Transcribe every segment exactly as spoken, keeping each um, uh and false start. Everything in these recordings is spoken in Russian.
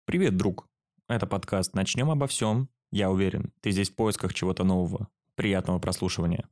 Привет, друг. Это подкаст «Начнем обо всем». Я уверен, ты здесь в поисках чего-то нового. Приятного прослушивания.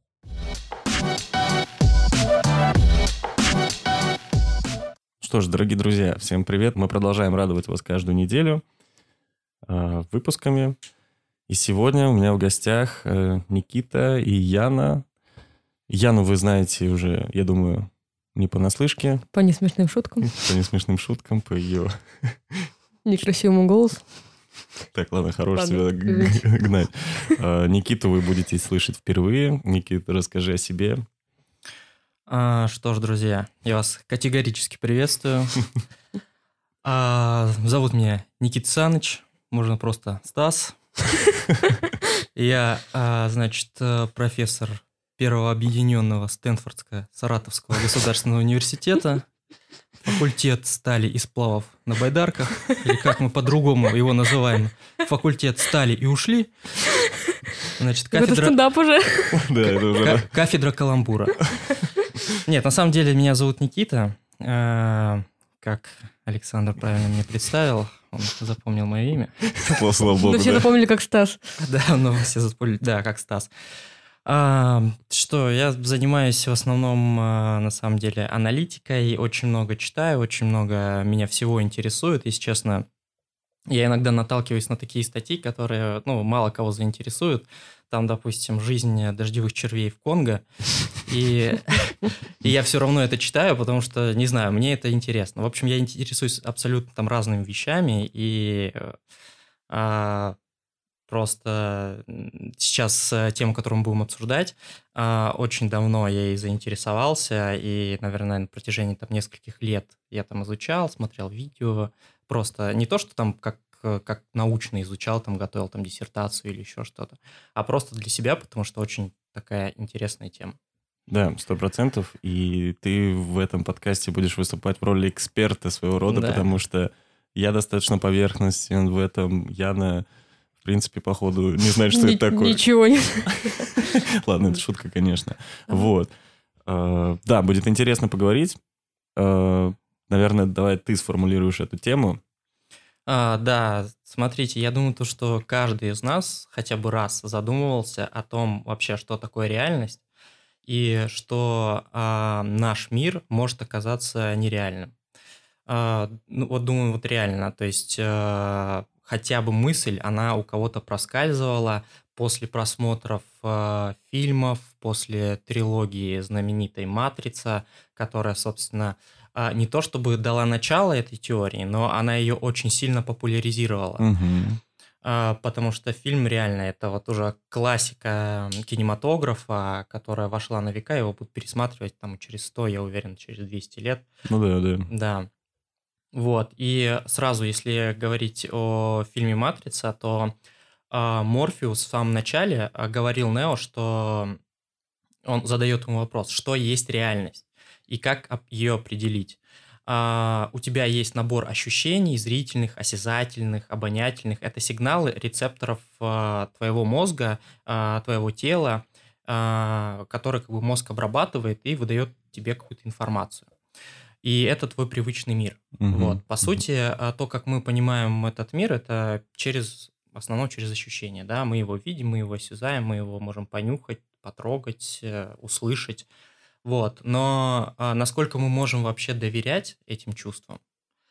Что ж, дорогие друзья, всем привет. Мы продолжаем радовать вас каждую неделю э, выпусками. И сегодня у меня в гостях э, Никита и Яна. Яну вы знаете уже, я думаю, не понаслышке. По несмешным шуткам. По несмешным шуткам, по ее... Некрасивому голосу. Так, ладно, хорош Ладно, себя гнать. А, Никиту вы будете слышать впервые. Никита, расскажи о себе. А, что ж, друзья, я вас категорически приветствую. А, зовут меня Никита Саныч, можно просто Стас. Я, а, значит, профессор первого объединенного Стэнфордско-Саратовского государственного университета, факультет стали и сплавов на байдарках, или как мы по-другому его называем, факультет стали и ушли. Значит, Это кафедра... стендап уже. Да, это уже... Ка- кафедра каламбура. Нет, на самом деле меня зовут Никита. Э, Как Александр правильно меня представил, он запомнил мое имя. Слава богу, Но все да. запомнили, как Стас. Да, ну все запомнили, да, как Стас. А, Что, я занимаюсь в основном, а, на самом деле, аналитикой, очень много читаю, очень много меня всего интересует, если честно. Я иногда наталкиваюсь на такие статьи, которые, ну, мало кого заинтересуют. Там, допустим, жизнь дождевых червей в Конго. И, и я все равно это читаю, потому что, не знаю, мне это интересно. В общем, я интересуюсь абсолютно там разными вещами. И а, просто сейчас тема, которую мы будем обсуждать, а, очень давно я ей заинтересовался. И, наверное, на протяжении там нескольких лет я там изучал, смотрел видео. Просто не то, что там как, как научно изучал, там готовил там диссертацию или еще что-то, а просто для себя, потому что очень такая интересная тема. Да, сто процентов. И ты в этом подкасте будешь выступать в роли эксперта своего рода, Да. потому что я достаточно поверхностен в этом. Яна, в принципе, походу, не знает, что Ни- это такое. Ничего не... Ладно, это шутка, конечно. Ага. Вот. А, Да, будет интересно поговорить. А, Наверное, давай ты сформулируешь эту тему. А, да, смотрите, я думаю, то, что каждый из нас хотя бы раз задумывался о том вообще, что такое реальность, и что а, наш мир может оказаться нереальным. А, ну, вот думаю, вот реально, то есть а, хотя бы мысль, она у кого-то проскальзывала после просмотров а, фильмов, после трилогии знаменитой «Матрица», которая, собственно, а, не то чтобы дала начало этой теории, но она ее очень сильно популяризировала. Мгм. А, Потому что фильм реально это вот уже классика кинематографа, которая вошла на века, его будут пересматривать там через сто, я уверен, через двести лет. Ну да, да. Да. Вот. И сразу, если говорить о фильме «Матрица», то а, Морфеус в самом начале а, говорил Нео, что он задает ему вопрос, что есть реальность и как оп- ее определить. А, у тебя есть набор ощущений, зрительных, осязательных, обонятельных. Это сигналы рецепторов а, твоего мозга, а, твоего тела, а, которые как бы мозг обрабатывает и выдает тебе какую-то информацию. И это твой привычный мир. Мгм. Вот. По Мгм. сути, а, то, как мы понимаем этот мир, это через, в основном через ощущения. Да? Мы его видим, мы его осязаем, мы его можем понюхать, потрогать, э, услышать. Вот. Но а, насколько мы можем вообще доверять этим чувствам,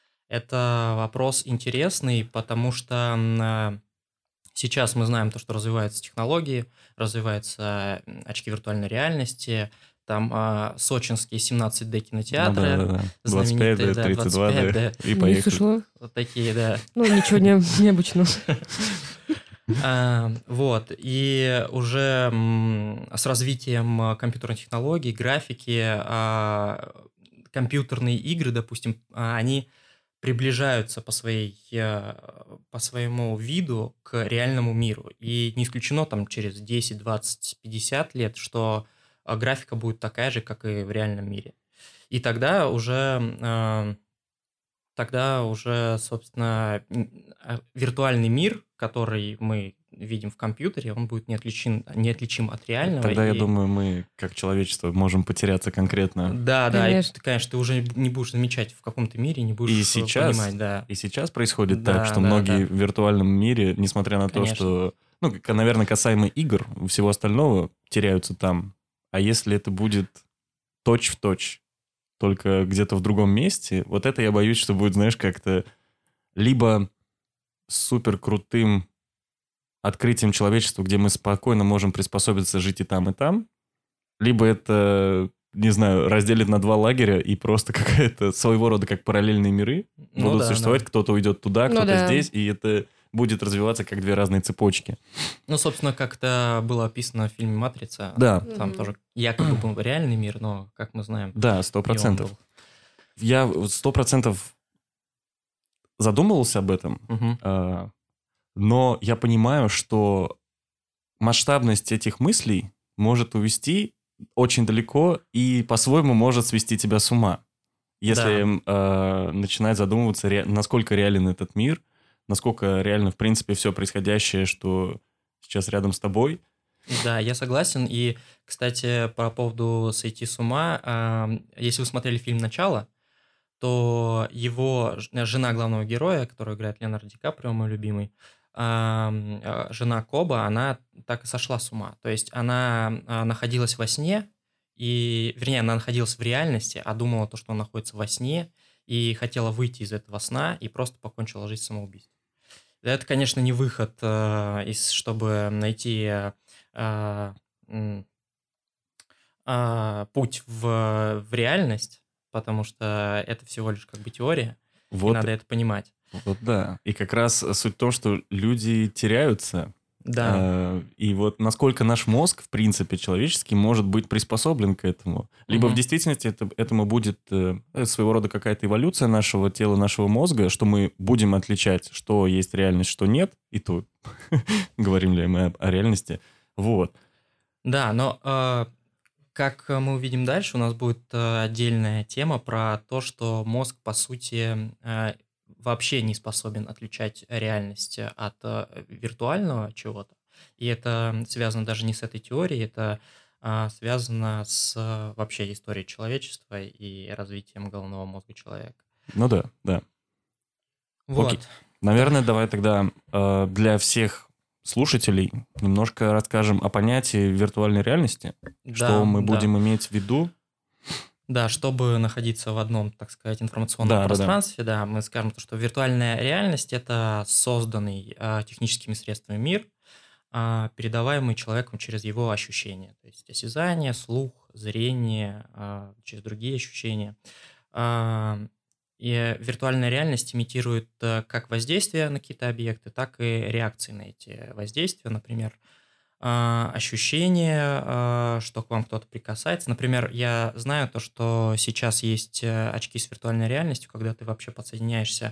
это вопрос интересный, потому что м, а, сейчас мы знаем то, что развиваются технологии, развиваются м, очки виртуальной реальности, там а, сочинские семнадцать дэ Ну да, кинотеатры, да, да. двадцать пять знаменитые, дэ, да, тридцать два двадцать пять дэ. дэ, И Не поехали. слышала. вот такие, да. Ну, ничего не, необычного. А, Вот, и уже м, с развитием а, компьютерных технологий, графики, а, компьютерные игры, допустим, а, они приближаются по своей, э, по своему виду к реальному миру. И не исключено там через десять, двадцать, пятьдесят лет, что а, графика будет такая же, как и в реальном мире. И тогда уже э, тогда уже, собственно, м, а, виртуальный мир, который мы видим в компьютере, он будет неотличим, неотличим от реального. Тогда, и... я думаю, мы, как человечество, можем потеряться конкретно. Да, да, Конечно. и ты, конечно, ты уже не будешь замечать в каком-то мире, не будешь И сейчас, понимать, да. и сейчас происходит Да, так, что да, многие да. в виртуальном мире, несмотря на Конечно. то, что, ну, к- наверное, касаемо игр, всего остального, теряются там. А если это будет точь-в-точь, только где-то в другом месте, вот это я боюсь, что будет, знаешь, как-то либо супер крутым открытием человечества, где мы спокойно можем приспособиться жить и там, и там, либо это, не знаю, разделит на два лагеря и просто какая-то своего рода как параллельные миры Ну будут да, существовать, да. кто-то уйдет туда, Ну кто-то да. здесь, и это будет развиваться как две разные цепочки. Ну, собственно, как это было описано в фильме «Матрица». Да, Там Мгм. тоже якобы был реальный мир, но, как мы знаем, да, сто не он процентов. был. Я сто процентов задумывался об этом, Мгм. а, но я понимаю, что масштабность этих мыслей может увести очень далеко и по-своему может свести тебя с ума. Если э, начинать задумываться, ре- насколько реален этот мир, насколько реально, в принципе, все происходящее, что сейчас рядом с тобой. Да, я согласен. И, кстати, по поводу «Сойти с ума», ам, если вы смотрели фильм «Начало», то его ж- жена главного героя, которую играет Леонардо Ди Каприо, мой любимый, ам, а, жена Коба, она так и сошла с ума. То есть она а, находилась во сне, и, вернее, она находилась в реальности, а думала то, что она находится во сне, и хотела выйти из этого сна, и просто покончила жизнь самоубийством. Это, конечно, не выход, а, из, чтобы найти а, а, м, а, путь в, в реальность, потому что это всего лишь как бы теория, и Вот, надо это понимать. вот да. И как раз суть в том, что люди теряются. Да, Э, И вот насколько наш мозг, в принципе, человеческий, может быть приспособлен к этому. Либо в Мгм. действительности это, этому будет э, своего рода какая-то эволюция нашего тела, нашего мозга, что мы будем отличать, что есть реальность, что нет. И тут говорим ли мы об- о реальности. Вот. да, но а, как мы увидим дальше, у нас будет а, отдельная тема про то, что мозг, по сути, а, вообще не способен отличать реальность от а, виртуального чего-то. И это связано даже не с этой теорией, это а, связано с а, вообще историей человечества и развитием головного мозга человека. Ну да, да. Вот. Окей. Наверное, давай тогда э, для всех слушателей немножко расскажем о понятии виртуальной реальности, что Да, мы да. будем иметь в виду. Да, чтобы находиться в одном, так сказать, информационном Да, да, да. пространстве, да, мы скажем, то, что виртуальная реальность– это созданный а, техническими средствами мир, а, передаваемый человеком через его ощущения, то есть осязание, слух, зрение, а, через другие ощущения. А, И виртуальная реальность имитирует а, как воздействие на какие-то объекты, так и реакции на эти воздействия. Например, а, ощущение, а, что к вам кто-то прикасается. Например, я знаю то, что сейчас есть э, очки с виртуальной реальностью, когда ты вообще подсоединяешься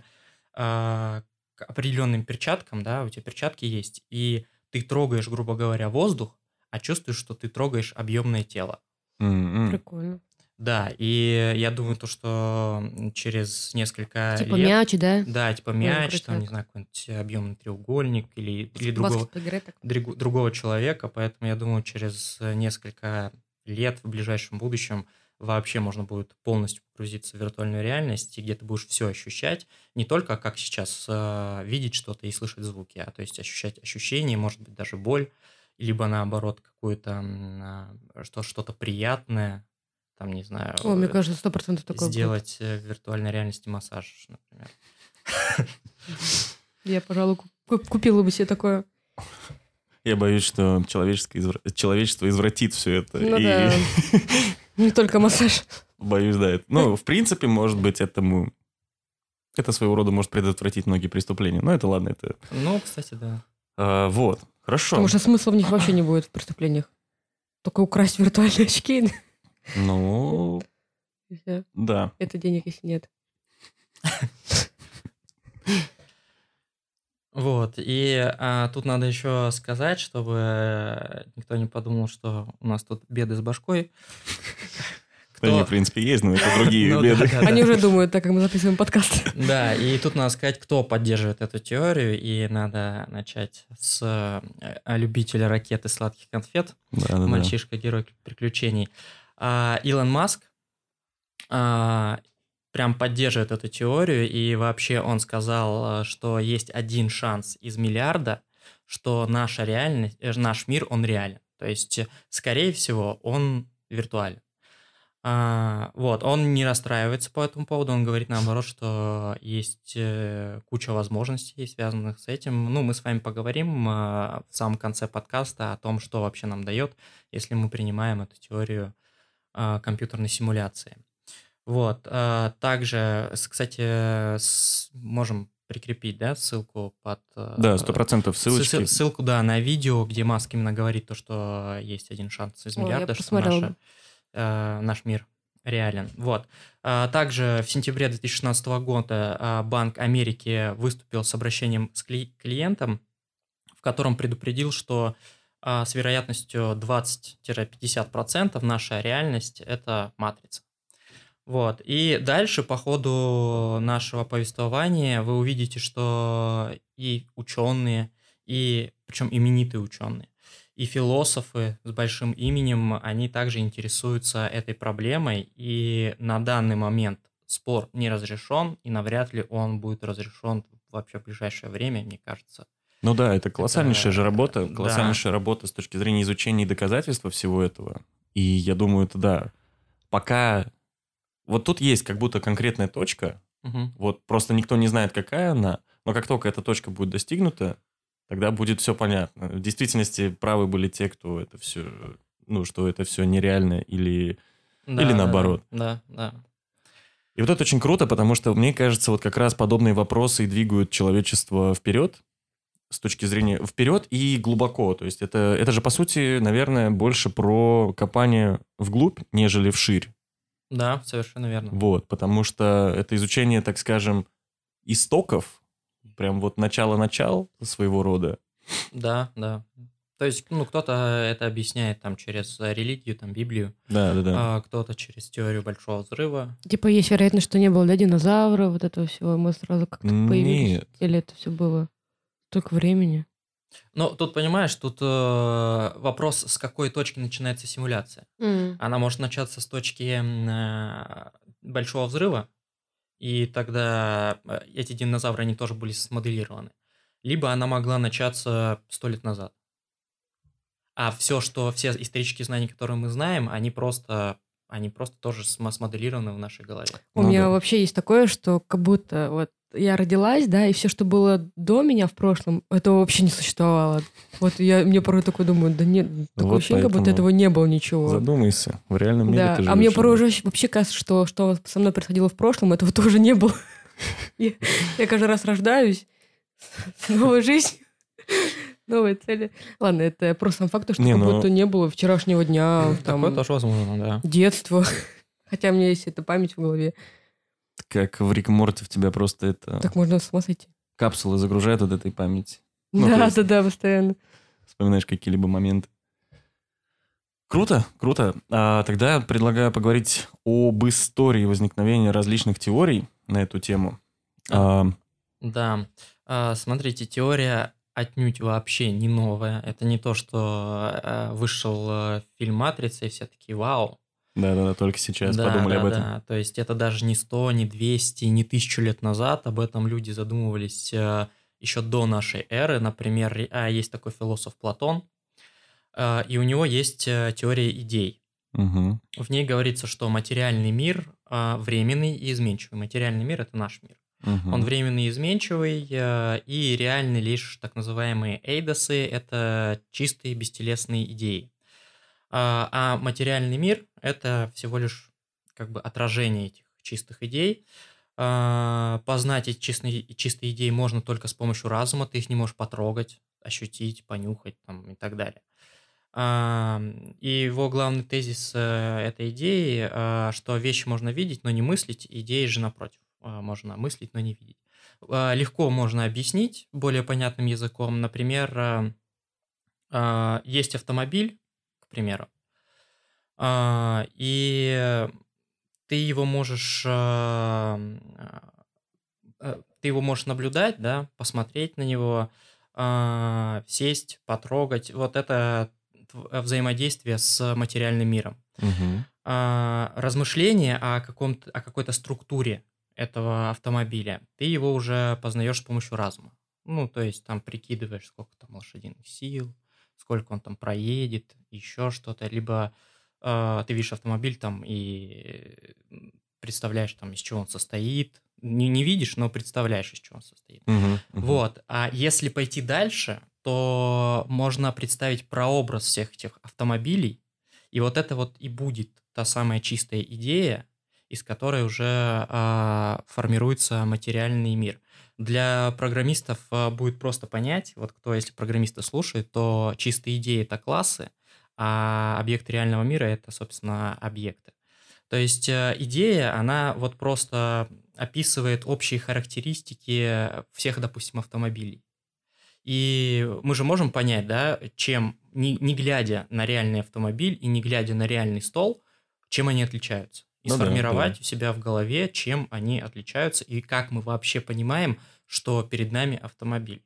а, к определенным перчаткам, да, у тебя перчатки есть, и ты трогаешь, грубо говоря, воздух, а чувствуешь, что ты трогаешь объемное тело. М-м. Прикольно. Да, и я думаю, то, что м, через несколько Типа лет, мяч, да? да, типа Ой, мяч, там, не крутяк. знаю, какой-нибудь объемный треугольник или, или другого, Баскет поиграть так. дригу- другого человека, поэтому я думаю, через э, несколько лет в ближайшем будущем вообще можно будет полностью погрузиться в виртуальную реальность, и где ты будешь все ощущать, не только как сейчас э, видеть что-то и слышать звуки, а то есть ощущать ощущения, может быть, даже боль, либо наоборот какое-то м, а, что, что-то приятное, там, не знаю, О, мне э, кажется, сто процентов такое будет. сделать э, в виртуальной реальности массаж, например. Я, пожалуй, ку- ку- купила бы себе такое. Я боюсь, что человеческое извра- человечество извратит все это. Ну и да. Не только массаж. боюсь, да. это- Ну, в принципе, может быть, этому... Это своего рода может предотвратить многие преступления. Но это ладно, это... Ну, кстати, да. А, вот, хорошо. Потому что смысла в них вообще не будет в преступлениях. Только украсть виртуальные очки. Ну, И всё. да. Это денег, если нет. Вот, и а, тут надо еще сказать, чтобы никто не подумал, что у нас тут беды с башкой. Это Они, в принципе, есть, но это другие Ну, беды. да, да, Они да. уже думают, так как мы записываем подкаст. Да, и тут надо сказать, кто поддерживает эту теорию, и надо начать с э, любителя ракет и сладких конфет, Да-да-да. мальчишка-герой приключений. А, Илон Маск а, прям поддерживает эту теорию, и вообще он сказал, э, что есть один шанс из миллиарда, что наша реальность, э, наш мир, он реален. То есть, э, скорее всего, он виртуален. А, вот, он не расстраивается по этому поводу, он говорит наоборот, что есть э, куча возможностей, связанных с этим. Ну, мы с вами поговорим а, в самом конце подкаста о том, что вообще нам дает, если мы принимаем эту теорию а, компьютерной симуляции. Вот, а, также, с- кстати, с- можем прикрепить, да, ссылку под... э, Да, сто процентов ссыл- ссылочки. Ссылку, да, на видео, где Маск именно говорит то, что есть один шанс из Ой, я миллиарда, что посмотрела наша бы. э, наш мир реален. Вот. А, Также в сентябре две тысячи шестнадцатого года а, Банк Америки выступил с обращением с кли- клиентам, в котором предупредил, что а, с вероятностью двадцать-пятьдесят процентов наша реальность – это матрица. Вот. И дальше по ходу нашего повествования вы увидите, что и ученые, и причем именитые ученые, и философы с большим именем, они также интересуются этой проблемой, и на данный момент спор не разрешен, и навряд ли он будет разрешен вообще в ближайшее время, мне кажется. Ну да, это колоссальнейшая же работа, да. колоссальнейшая работа с точки зрения изучения и доказательства всего этого. И я думаю, это да. Пока... Вот тут есть как будто конкретная точка, Мгм. вот просто никто не знает, какая она, но как только эта точка будет достигнута, тогда будет все понятно. В действительности правы были те, кто это все, ну, что это все нереально или, Да, или да, наоборот. Да, да. И вот это очень круто, потому что, мне кажется, вот как раз подобные вопросы и двигают человечество вперед, с точки зрения вперед и глубоко. То есть это, это же, по сути, наверное, больше про копание вглубь, нежели вширь. Да, совершенно верно. Вот, потому что это изучение, так скажем, истоков, прям вот начало-начал своего рода. Да, да. То есть, ну, кто-то это объясняет там через э, религию, там, Библию, Да, да, да. а кто-то через теорию Большого Взрыва. Типа есть вероятность, что не было, да, динозавра, вот этого всего. Мы сразу как-то появились. Нет. Или это все было столько времени? Но тут, понимаешь, тут э, вопрос, с какой точки начинается симуляция. Она может начаться с точки м, э, Большого Взрыва, и тогда э, эти динозавры, они тоже были смоделированы. Либо она могла начаться сто лет назад. А все, что все исторические знания, которые мы знаем, они просто, они просто тоже смо- смоделированы в нашей голове. У Ну меня да. вообще есть такое, что как будто вот я родилась, да, и все, что было до меня в прошлом, этого вообще не существовало. Вот я мне порой такое думаю, да нет, такое Вот ощущение, как будто поэтому этого не было ничего. Задумайся, в реальном мире Да, ты а мне живешь порой или нет? уже вообще кажется, что что со мной происходило в прошлом, этого тоже не было. Я я каждый раз рождаюсь с новой жизнью, новые цели. Ладно, это просто сам факт, что Не, как ну- будто не было вчерашнего дня, Такое там, тоже возможно, да. детства. Хотя у меня есть эта память в голове. Как в Рик и Морти в тебя просто это Так можно с ума сойти. капсулы загружают от этой памяти. Ну, то Да, есть- да, да, постоянно. Вспоминаешь какие-либо моменты. Круто, круто. А, тогда предлагаю поговорить об истории возникновения различных теорий на эту тему. А, Да, А, смотрите, теория отнюдь вообще не новая. Это не то, что э, вышел э, фильм «Матрица», и все такие «Вау». Да-да-да, только сейчас Да, подумали да, об этом. да. То есть это даже не сто, не двести, не тысячу лет назад. Об этом люди задумывались э, еще до нашей эры. Например, ре- а, есть такой философ Платон, э, и у него есть э, теория идей. Мгм. В ней говорится, что материальный мир э, временный и изменчивый. Материальный мир – это наш мир. Мгм. Он временный и изменчивый, э, и реальны лишь так называемые эйдосы – это чистые бестелесные идеи. А, а материальный мир – это всего лишь как бы отражение этих чистых идей. А, познать эти чистые, чистые идеи можно только с помощью разума, ты их не можешь потрогать, ощутить, понюхать там, и так далее. А, и его главный тезис э, этой идеи, а, что вещи можно видеть, но не мыслить, идеи же напротив, а, можно мыслить, но не видеть. А, легко можно объяснить более понятным языком. Например, а, а, есть автомобиль, к примеру, а, и ты его можешь, э, э, ты его можешь наблюдать, да, посмотреть на него, э, сесть, потрогать. Вот это тв- взаимодействие с материальным миром. Мгм. А, размышление о каком-то, о какой-то структуре этого автомобиля, ты его уже познаешь с помощью разума. Ну, то есть там прикидываешь, сколько там лошадиных сил, сколько он там проедет, еще что-то. Либо э, ты видишь автомобиль там и м, представляешь там, из чего он состоит. Не, не видишь, но представляешь, из чего он состоит. Мгм. Мгм. Вот. А если пойти дальше, то можно представить прообраз всех этих автомобилей, и вот это вот и будет та самая чистая идея, из которой уже а, формируется материальный мир. Для программистов а, будет просто понять, вот кто, если программисты слушает, то чистые идеи — это классы, а объекты реального мира — это, собственно, объекты. То есть э, идея, она вот просто описывает общие характеристики всех, допустим, автомобилей. И мы же можем понять, да, чем, не, не глядя на реальный автомобиль и не глядя на реальный стол, чем они отличаются. И Ну да, сформировать да. у себя в голове, чем они отличаются, и как мы вообще понимаем, что перед нами автомобиль.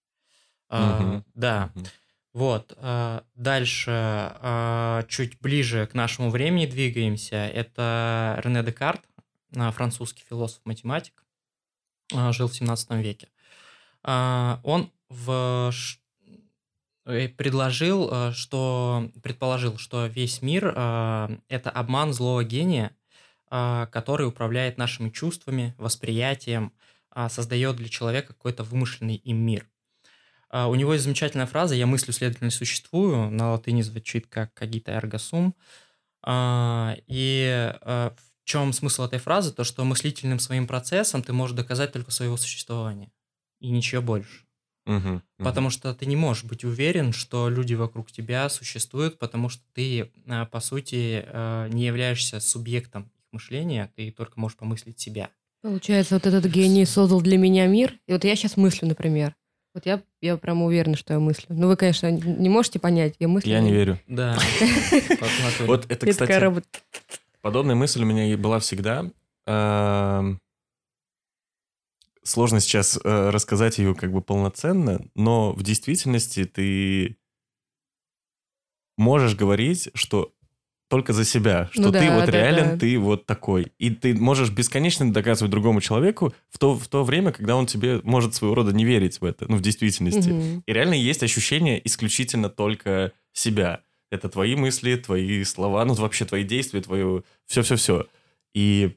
А, Мгм. да, Мгм. вот. а, Дальше, а, чуть ближе к нашему времени двигаемся. Это Рене Декарт, а, французский философ-математик, а, жил в семнадцатом веке. А, Он в ш- э, предложил, э, что предположил, что весь мир а, это обман злого гения, а, который управляет нашими чувствами, восприятием, а, создает для человека какой-то вымышленный им мир. А, У него есть замечательная фраза «Я мыслю, следовательно, существую». На латыни звучит как «cogito ergo sum». А, И а, в чем смысл этой фразы? То, что мыслительным своим процессом ты можешь доказать только своего существования. И ничего больше. Мгм. Мгм. Потому что ты не можешь быть уверен, что люди вокруг тебя существуют, потому что ты, а, по сути, а, не являешься субъектом их мышления, ты только можешь помыслить себя. Получается, вот этот И гений всё. создал для меня мир. И вот я сейчас мыслю, например. Вот я, я прям уверена, что я мыслю. Ну, вы, конечно, н- не можете понять, я мыслю. Я не верю. Да, вот в натуре. Вот это, Я такая кстати, робот. подобная мысль у меня и была всегда. Ам, Сложно сейчас э, рассказать ее как бы полноценно, но в действительности ты можешь говорить, что только за себя, что Ну ты да, вот да, реален, да. ты вот такой. И ты можешь бесконечно доказывать другому человеку в то, в то время, когда он тебе может своего рода не верить в это, ну, в действительности. Мгм. И реально есть ощущение исключительно только себя. Это твои мысли, твои слова, ну, вообще твои действия, твое все-все-все. И,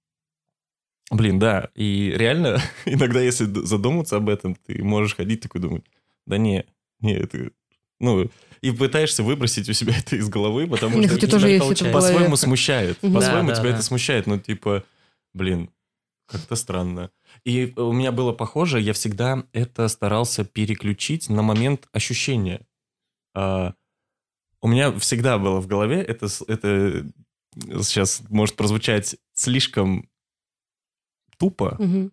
блин, да, и реально иногда, если д- задуматься об этом, ты можешь ходить такой думать, да не, не, это... Ну, и пытаешься выбросить у себя это из головы, потому Мне, что кстати, у тоже тебя не есть это в получается. голове. по-своему смущает. Мгм. По-своему Да, да, тебя да. это смущает, ну, типа, блин, как-то странно. И у меня было похоже, я всегда это старался переключить на момент ощущения. А, у меня всегда было в голове, это, с- это сейчас может прозвучать слишком тупо, Мгм.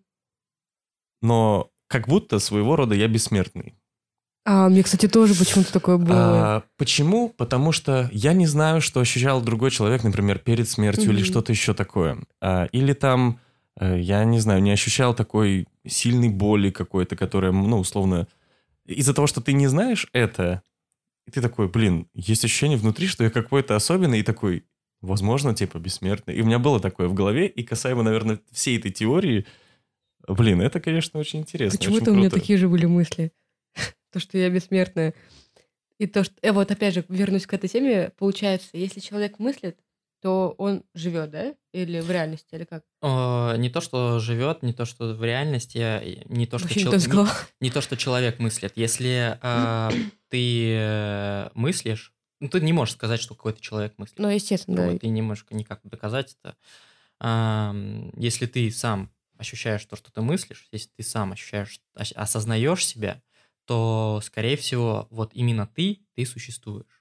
но как будто своего рода я бессмертный. А, мне, кстати, тоже почему-то такое было. А, почему? Потому что я не знаю, что ощущал другой человек, например, перед смертью или Мгм. что-то еще такое. А, или там, э, я не знаю, не ощущал такой сильной боли какой-то, которая, ну, условно... Из-за того, что ты не знаешь это, и ты такой, блин, есть ощущение внутри, что я какой-то особенный, и такой, возможно, типа, бессмертный. И у меня было такое в голове, и касаемо, наверное, всей этой теории, блин, это, конечно, очень интересно, очень Почему-то у меня круто. такие же были мысли. То, что я бессмертная. И то, что... э, вот опять же, вернусь к этой теме. Получается, если человек мыслит, то он живет, да? Или в реальности, или как? Э, Не то, что живет, не то, что в реальности, э, не то, что, Вообще не чел- то не, сказала. не то, что человек мыслит. Если а, ты э, мыслишь, ну, ты не можешь сказать, что какой-то человек мыслит. Ну, естественно, Другой. да. Ты не можешь никак доказать это. Ам, Если ты сам ощущаешь то, что ты мыслишь, если ты сам ощущаешь, ос- осознаешь себя, то, скорее всего, вот именно ты, ты существуешь.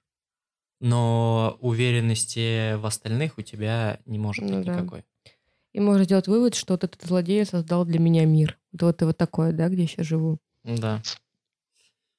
Но уверенности в остальных у тебя не может Ну быть да. никакой. И можно сделать вывод, что вот этот злодей создал для меня мир. Вот, вот и вот такое, да, где я сейчас живу. Да.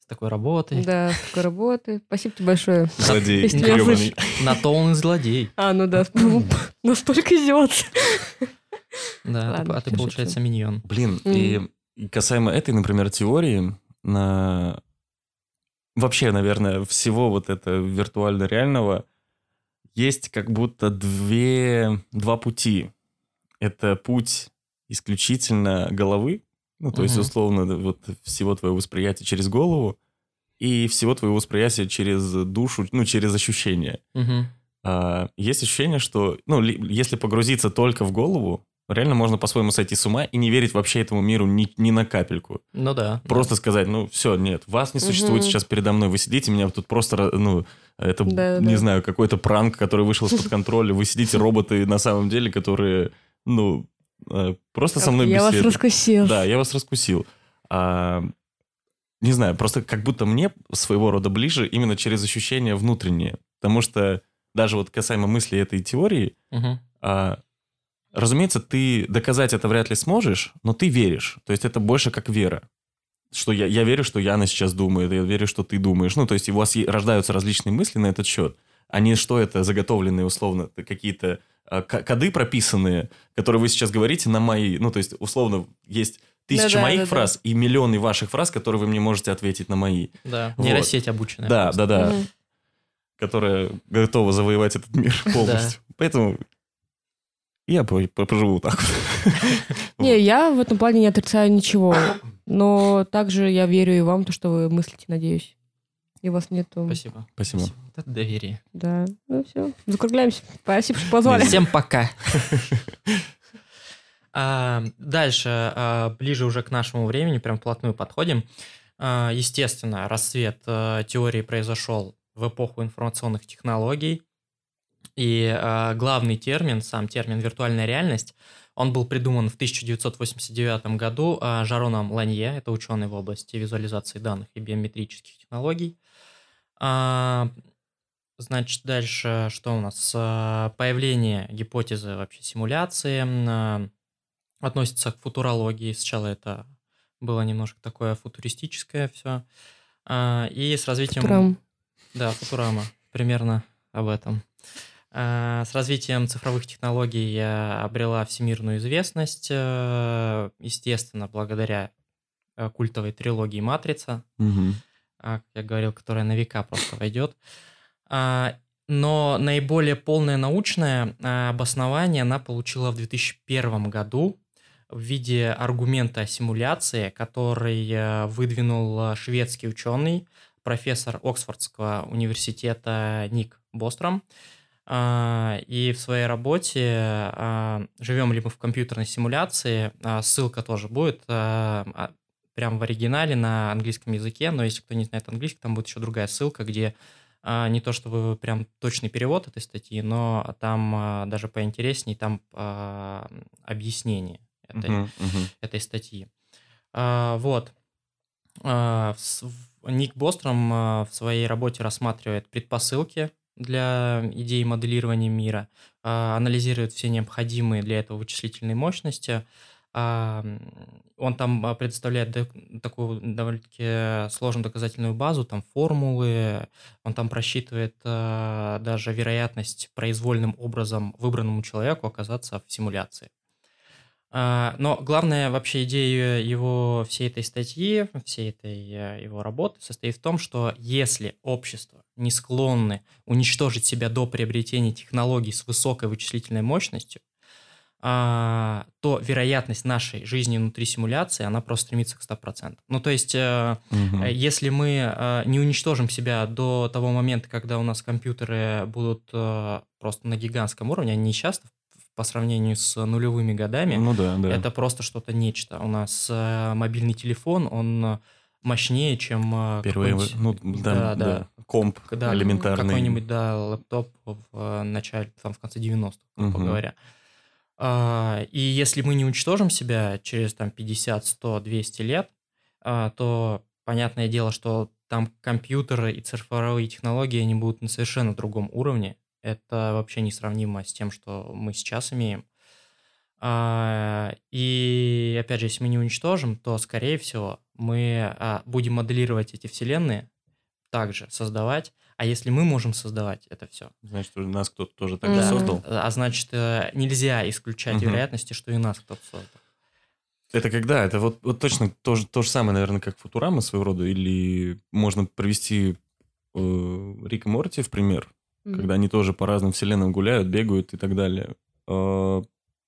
такой работой. Да, с такой работы. Спасибо тебе большое. Злодей Если меня грёбаный. На то он и злодей. А, ну да, настолько издеваться. Да, а ты- Ладно, а ты, всё, получается, миньон. Блин, Мгм. и и касаемо этой, например, теории, на... вообще, наверное, всего вот этого виртуально-реального есть как будто две... два пути. Это путь исключительно головы, ну, то есть, Мгм. условно, да, вот всего твоего восприятия через голову и всего твоего восприятия через душу, ну, через ощущения. Мгм. А, есть ощущение, что, ну, ли- если погрузиться только в голову, реально можно по-своему сойти с ума и не верить вообще этому миру ни, ни на капельку. Ну да. Просто сказать, ну, все, нет, вас не существует Мгм. сейчас передо мной, вы сидите, меня тут просто, ра- ну, это, Да-да-да. не знаю, какой-то пранк, который вышел из-под контроля, вы сидите, роботы на самом деле, которые, ну, э, просто со мной Я вас беседуют. раскусил. Да, я вас раскусил. А, не знаю, просто как будто мне своего рода ближе именно через ощущения внутренние. Потому что даже вот касаемо мысли этой теории, Мгм. а, разумеется, ты доказать это вряд ли сможешь, но ты веришь. То есть это больше как вера. Что я, я верю, что Яна сейчас думает, я верю, что ты думаешь. Ну, то есть у вас е- рождаются различные мысли на этот счет, а не что это заготовленные, условно, какие-то а, к- коды прописанные, которые вы сейчас говорите на мои. Ну, то есть, условно, есть тысяча Да-да, моих да-да. фраз и миллионы ваших фраз, которые вы мне можете ответить на мои. Да. Вот. Нейросеть обученная. Да, просто. да, да. Мгм. Которая готова завоевать этот мир полностью. Поэтому я по- по- поживу вот так вот. Не, я в этом плане не отрицаю ничего. Но также я верю и вам, то, что вы мыслите, надеюсь. И у вас нету... Спасибо. Спасибо. Вот это доверие. Да, ну все, закругляемся. Спасибо, что позвали. Всем пока. А, Дальше, а, ближе уже к нашему времени, прям вплотную подходим. А, Естественно, расцвет а, теории произошел в эпоху информационных технологий. И а, главный термин, сам термин «виртуальная реальность», он был придуман в тысяча девятьсот восемьдесят девятом году а, Жароном Ланье, это ученый в области визуализации данных и биометрических технологий. А, Значит, дальше что у нас? А, Появление гипотезы вообще симуляции а, относится к футурологии. Сначала это было немножко такое футуристическое все. И с развитием... Футурам. Да, футурама. Примерно об этом. А, С развитием цифровых технологий я обрела всемирную известность, э, естественно, благодаря э, культовой трилогии «Матрица», Мгм. а, как я говорил, которая на века просто войдет. А, Но наиболее полное научное а, обоснование она получила в две тысячи первом году в виде аргумента о симуляции, который э, выдвинул э, шведский ученый, профессор Оксфордского университета Ник Бостром. А, И в своей работе а, «Живем ли мы в компьютерной симуляции?» а, ссылка тоже будет а, а, прям в оригинале на английском языке, но если кто не знает английский, там будет еще другая ссылка, где а, не то чтобы прям точный перевод этой статьи, но там а, даже поинтереснее, там а, объяснение этой, Мгм, мгм. этой статьи. А, Вот. А, в с- в- Ник Бостром а, в своей работе рассматривает предпосылки для идеи моделирования мира, а, анализирует все необходимые для этого вычислительные мощности. А, м, Он там а, предоставляет док- такую довольно-таки сложную доказательную базу, там формулы, он там просчитывает а, даже вероятность произвольным образом выбранному человеку оказаться в симуляции. А, Но главная вообще идея его всей этой статьи, всей этой э, его работы состоит в том, что если общество не склонны уничтожить себя до приобретения технологий с высокой вычислительной мощностью, а, то вероятность нашей жизни внутри симуляции, она просто стремится к ста процентам. Ну, то есть, э, Мгм. э, если мы э, не уничтожим себя до того момента, когда у нас компьютеры будут э, просто на гигантском уровне, они не часто в- по сравнению с нулевыми годами, Ну да, да. это просто что-то нечто. У нас э, мобильный телефон, он э, мощнее, чем э, Первые, какой-нибудь... ну, да, да, да, комп да, элементарный. какой-нибудь, да, лэптоп в э, начале, там, в конце девяностых, грубо Мгм. говоря. А, И если мы не уничтожим себя через там пятьдесят, сто, двести лет, а, то понятное дело, что там компьютеры и цифровые технологии, они будут на совершенно другом уровне. Это вообще несравнимо с тем, что мы сейчас имеем. А, И опять же, если мы не уничтожим, то, скорее всего, мы а, будем моделировать эти вселенные, также создавать. А если мы можем создавать это все, Значит, уже нас кто-то тоже так же Да. создал. а значит, э, нельзя исключать Мгм. вероятности, что и нас кто-то создал. Это когда? Это вот, вот точно то же, то же самое, наверное, как Футурама своего рода, или можно привести э, Рик и Морти в пример, Мгм. когда они тоже по разным вселенным гуляют, бегают и так далее. Э,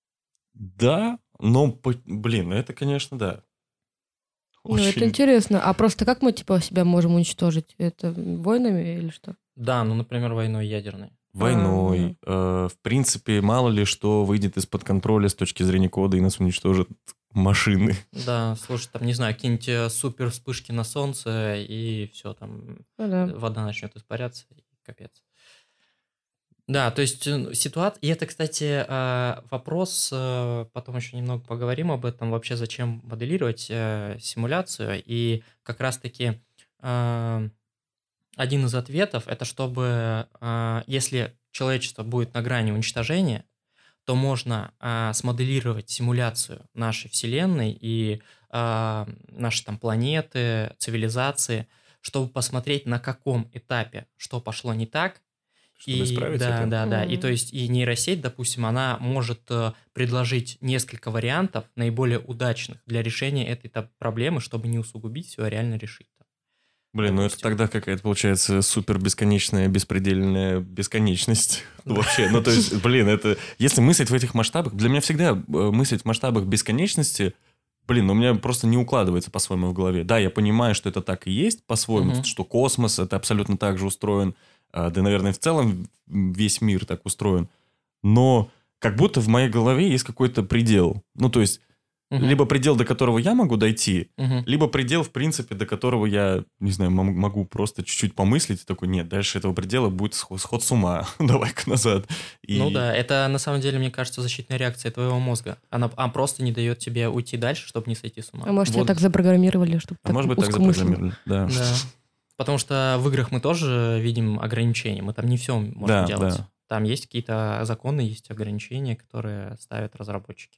да, но, по- блин, ну это, конечно, да. Ну, это Очень. интересно. А просто как мы, типа, себя можем уничтожить? Это войнами или что? Да, ну, например, войной ядерной. Войной. э, в принципе, мало ли что выйдет из-под контроля с точки зрения кода и нас уничтожат машины. Да, слушай, там, не знаю, какие-нибудь э, супер вспышки на солнце, и все, там Ну да. вода начнет испаряться, и капец. Да, то есть ситуация... И это, кстати, э, вопрос, э, потом еще немного поговорим об этом, вообще зачем моделировать э, симуляцию. И как раз-таки э, один из ответов – это чтобы, э, если человечество будет на грани уничтожения, то можно а, смоделировать симуляцию нашей Вселенной и а, нашей там планеты, цивилизации, чтобы посмотреть, на каком этапе что пошло не так. Чтобы И исправить да, это. да, да. И Мгм. то есть и нейросеть, допустим, она может э, предложить несколько вариантов наиболее удачных для решения этой та- проблемы, чтобы не усугубить все, а реально решить. Блин, ну это Допустим. тогда какая-то получается супер бесконечная, беспредельная бесконечность. Ну, вообще, ну то есть, блин, это... Если мыслить в этих масштабах... Для меня всегда э, мыслить в масштабах бесконечности, блин, ну у меня просто не укладывается по-своему в голове. Да, я понимаю, что это так и есть по-своему, Мгм. что космос это абсолютно так же устроен, а, да, наверное, в целом весь мир так устроен. Но как будто в моей голове есть какой-то предел. Ну, то есть, Мгм. либо предел, до которого я могу дойти, Мгм. либо предел, в принципе, до которого я, не знаю, мом- могу просто чуть-чуть помыслить и такой, нет, дальше этого предела будет сход, сход с ума, давай-ка назад. И... Ну да, это на самом деле, мне кажется, защитная реакция твоего мозга. Она, она просто не дает тебе уйти дальше, чтобы не сойти с ума. А может, Вот. тебя так запрограммировали, чтобы А может быть, так узкомысленно? запрограммировали, да. Да. Потому что в играх мы тоже видим ограничения. Мы там не все можем Да, делать. да. Там есть какие-то законы, есть ограничения, которые ставят разработчики.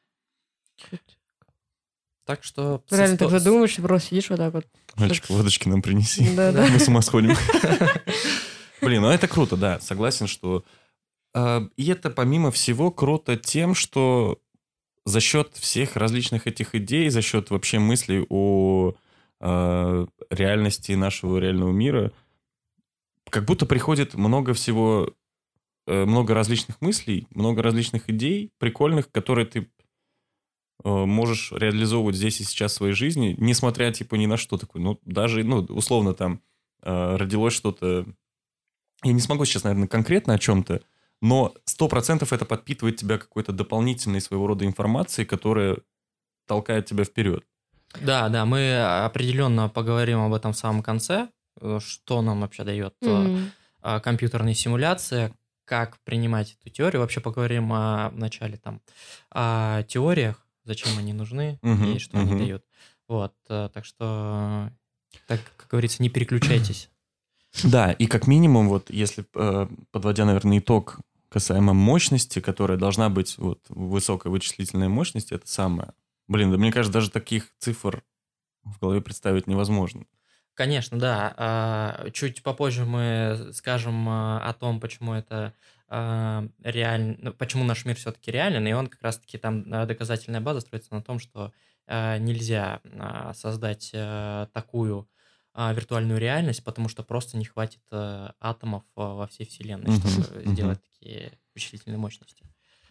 Так что... со Реально так сто- задумаешься, просто сидишь вот так вот. Мальчик, водочки нам принеси. Да-да. Мы с ума сходим. Блин, ну это круто, да, согласен, что... а, И это, помимо всего, круто тем, что за счет всех различных этих идей, за счет вообще мыслей о а, реальности нашего реального мира, как будто приходит много всего, э, много различных мыслей, много различных идей прикольных, которые ты э, можешь реализовывать здесь и сейчас в своей жизни, несмотря типа ни на что такое. Ну, даже, ну, условно там э, родилось что-то... Я не смогу сейчас, наверное, конкретно о чем-то, но сто процентов это подпитывает тебя какой-то дополнительной своего рода информацией, которая толкает тебя вперед. Да, да, мы определенно поговорим об этом в самом конце, э, что нам вообще дает э, Мгм. а, компьютерная симуляция, как принимать эту теорию. Вообще поговорим о, вначале там о теориях, зачем они нужны Мгм, и что они мгм. дают. Вот, э, так что, так как говорится, не переключайтесь. Да, и как минимум, вот если, э, подводя, наверное, итог касаемо мощности, которая должна быть, вот, высокая вычислительная мощность, это самое. Блин, да мне кажется, даже таких цифр в голове представить невозможно. Конечно, да. А, Чуть попозже мы скажем а, о том, почему это реально, почему наш мир все-таки реален, и он как раз-таки там а, доказательная база строится на том, что а, нельзя а, создать а, такую а, виртуальную реальность, потому что просто не хватит а, атомов а, во всей Вселенной, Мгм, чтобы мгм. сделать такие вычислительные мощности.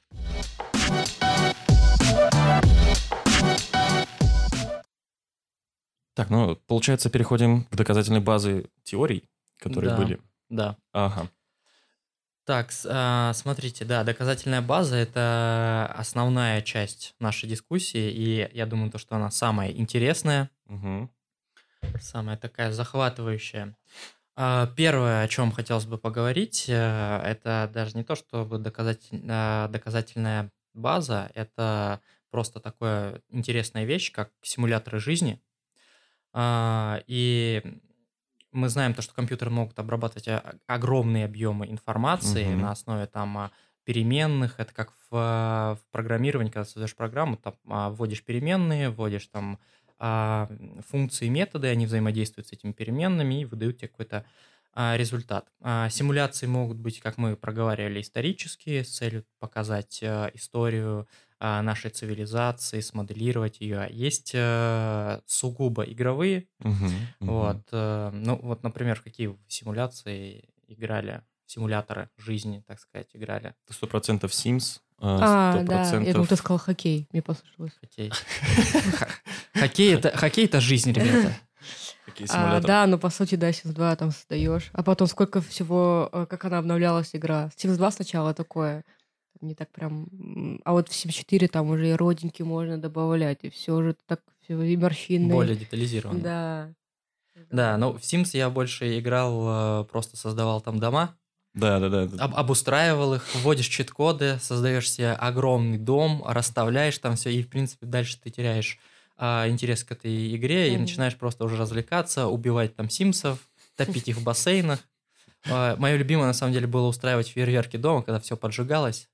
Так, ну, получается, переходим к доказательной базе теорий, которые Да, были. да. Ага. Так, с- а, смотрите, да, доказательная база – это основная часть нашей дискуссии, и я думаю, то, что она самая интересная, Мгм. самая такая захватывающая. А, Первое, о чем хотелось бы поговорить, э, это даже не то, чтобы доказатель- а, доказательная база, это просто такая интересная вещь, как симуляторы жизни. А, И мы знаем то, что компьютеры могут обрабатывать о- огромные объемы информации Мгм. на основе там а, переменных. Это как в, а, в программировании, когда создаешь программу, там а, вводишь переменные, вводишь там а, функции и методы, они взаимодействуют с этими переменными и выдают тебе какой-то а, результат. А, симуляции могут быть, как мы проговаривали, исторические, с целью показать а, историю а, нашей цивилизации, смоделировать ее. Есть а, сугубо игровые. Мгм, мгм. Вот, а, ну, вот, например, в какие вы симуляции играли, симуляторы жизни, так сказать, играли? Сто процентов Sims, А, сто да, я думала, ты процентов... сказал хоккей, мне послышалось. Хоккей. Х- Хоккей это, хоккей это жизнь, ребята. Какие А, симуляторы? да, ну по сути, да, Sims два там создаешь. А потом сколько всего, э, как она обновлялась, игра. Sims два сначала такое, не так прям... м, А вот в Sims четыре там уже и родинки можно добавлять, и все уже так, все и морщины. Более детализированно. Да. Да, ну в Sims я больше играл, э, просто создавал там дома, Да, да, да. об- обустраивал их, вводишь чит-коды, создаешь себе огромный дом, расставляешь там все, и в принципе дальше ты теряешь а, интерес к этой игре и Мгм. начинаешь просто уже развлекаться, убивать там симсов, топить их в бассейнах. Мое любимое на самом деле было устраивать фейерверки дома, когда все поджигалось.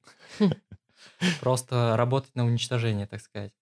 Просто работать на уничтожение, так сказать.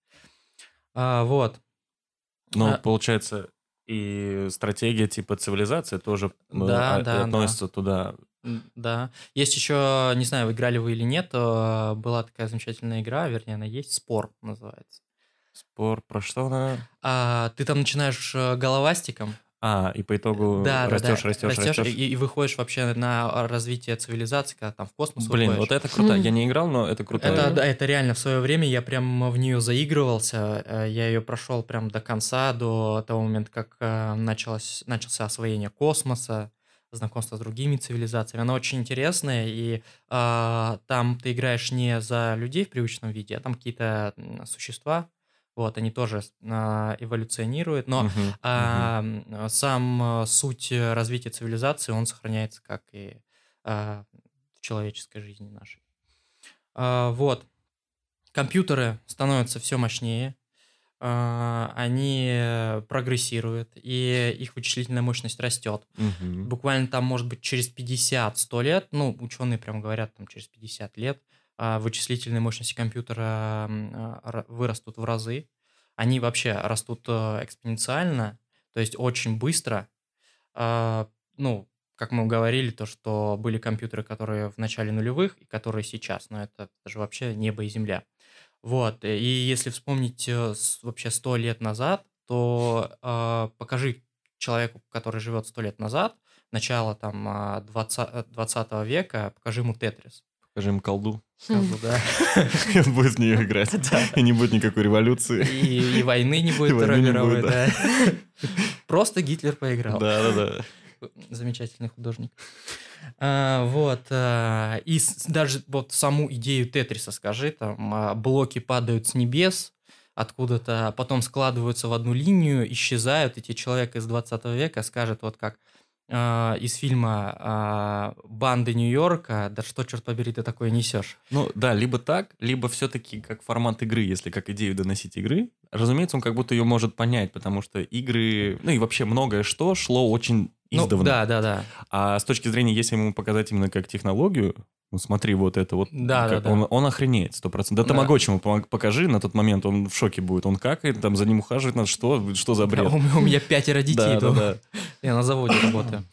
А, вот. Ну, А, получается, и стратегия типа цивилизации тоже э, Да, а- да, относится туда. М, Да. Есть еще, не знаю, играли вы или нет, э, была такая замечательная игра, вернее, она есть, Спор называется. Спор про что она? А, ты там начинаешь э, головастиком, А, и по итогу да, да, да, растешь, растешь, растешь растешь. и, и выходишь вообще на развитие цивилизации, когда там в космос Блин, уходишь. вот это круто. Я не играл, но это круто. Это, да, это реально в свое время я прям в нее заигрывался, э, я ее прошел прям до конца, до того момента, как э, началось, начался освоение космоса, знакомство с другими цивилизациями. Она очень интересная, и а, там ты играешь не за людей в привычном виде, а там какие-то м, существа, вот, они тоже а, эволюционируют, но Мгм, мгм. а, м, сам а, суть э, развития цивилизации, он сохраняется, как и а, в человеческой жизни нашей. А, вот. Компьютеры становятся все мощнее, а, они э, прогрессируют, и их вычислительная мощность растет. Мгм. Буквально там, может быть, через пятьдесят-сто лет, ну, ученые прям говорят, там через пятьдесят лет, а, вычислительные мощности компьютера м, а, ра- вырастут в разы. Они вообще растут э, экспоненциально, то есть очень быстро. А, ну, как мы говорили, то, что были компьютеры, которые в начале нулевых и которые сейчас, но это, это же вообще небо и земля. Вот, э, и если вспомнить э, с- вообще сто лет назад, то а, покажи человеку, который живет сто лет назад, начало там а, двадцатого двадцатого века, покажи ему Тетрис. Покажи им колду. Колду, да. И он будет в нее играть. Да. И не будет никакой революции. И, и войны не будет И войны не мировой, будет, да. Просто Гитлер поиграл. Да, да, да. Замечательный художник. А, вот. а, и с- даже вот саму идею Тетриса скажи, там а, блоки падают с небес, откуда-то а потом складываются в одну линию, исчезают, и тебе человек из двадцатого века скажет, вот как а, из фильма а, «Банды Нью-Йорка», да что, черт побери, ты такое несешь? Ну да, либо так, либо все-таки как формат игры, если как идею доносить игры. Разумеется, он как будто ее может понять, потому что игры, ну и вообще многое что шло очень Ну, издавна. да, да, да. А с точки зрения, если ему показать именно как технологию, ну смотри, вот это вот, Да, как да, да. он, он охренеет сто процентов. Да, Да. тамагочи ему помог- покажи, на тот момент он в шоке будет. Он какает, там за ним ухаживает, на что, что за бред. Да, у, меня- у меня пятеро детей Да, да, дома. да. Я на заводе работаю.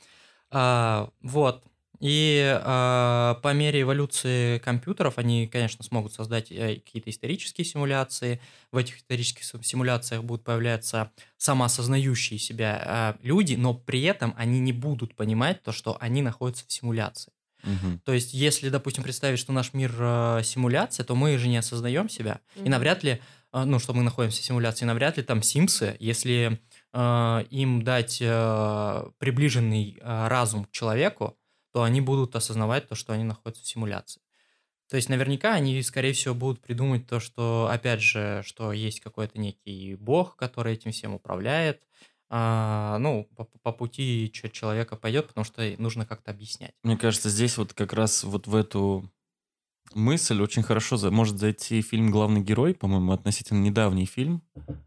А, вот. И а, по мере эволюции компьютеров они, конечно, смогут создать э, какие-то исторические симуляции. В этих исторических сим- симуляциях будут появляться самоосознающие себя а, люди, но при этом они не будут понимать то, что они находятся в симуляции. Мгм. То есть, если, допустим, представить, что наш мир э, симуляция, то мы же не осознаем себя. И Мгм. навряд ли, э, ну, что мы находимся в симуляции, навряд ли там симсы, если э, им дать э, приближенный э, разум к человеку, то они будут осознавать то, что они находятся в симуляции. То есть, наверняка они, скорее всего, будут придумать то, что, опять же, что есть какой-то некий бог, который этим всем управляет. А, ну, по, по пути чё- человека пойдет, потому что нужно как-то объяснять. Мне кажется, здесь вот как раз вот в эту мысль очень хорошо за- может зайти фильм «Главный герой», по-моему, относительно недавний фильм,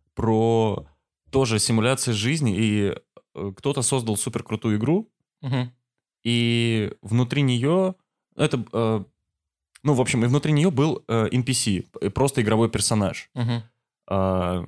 про тоже симуляции жизни, и э, кто-то создал суперкрутую игру, Мгм. и внутри нее это, э, ну, в общем, и внутри нее был э, эн пи си, э, просто игровой персонаж. Мгм. А,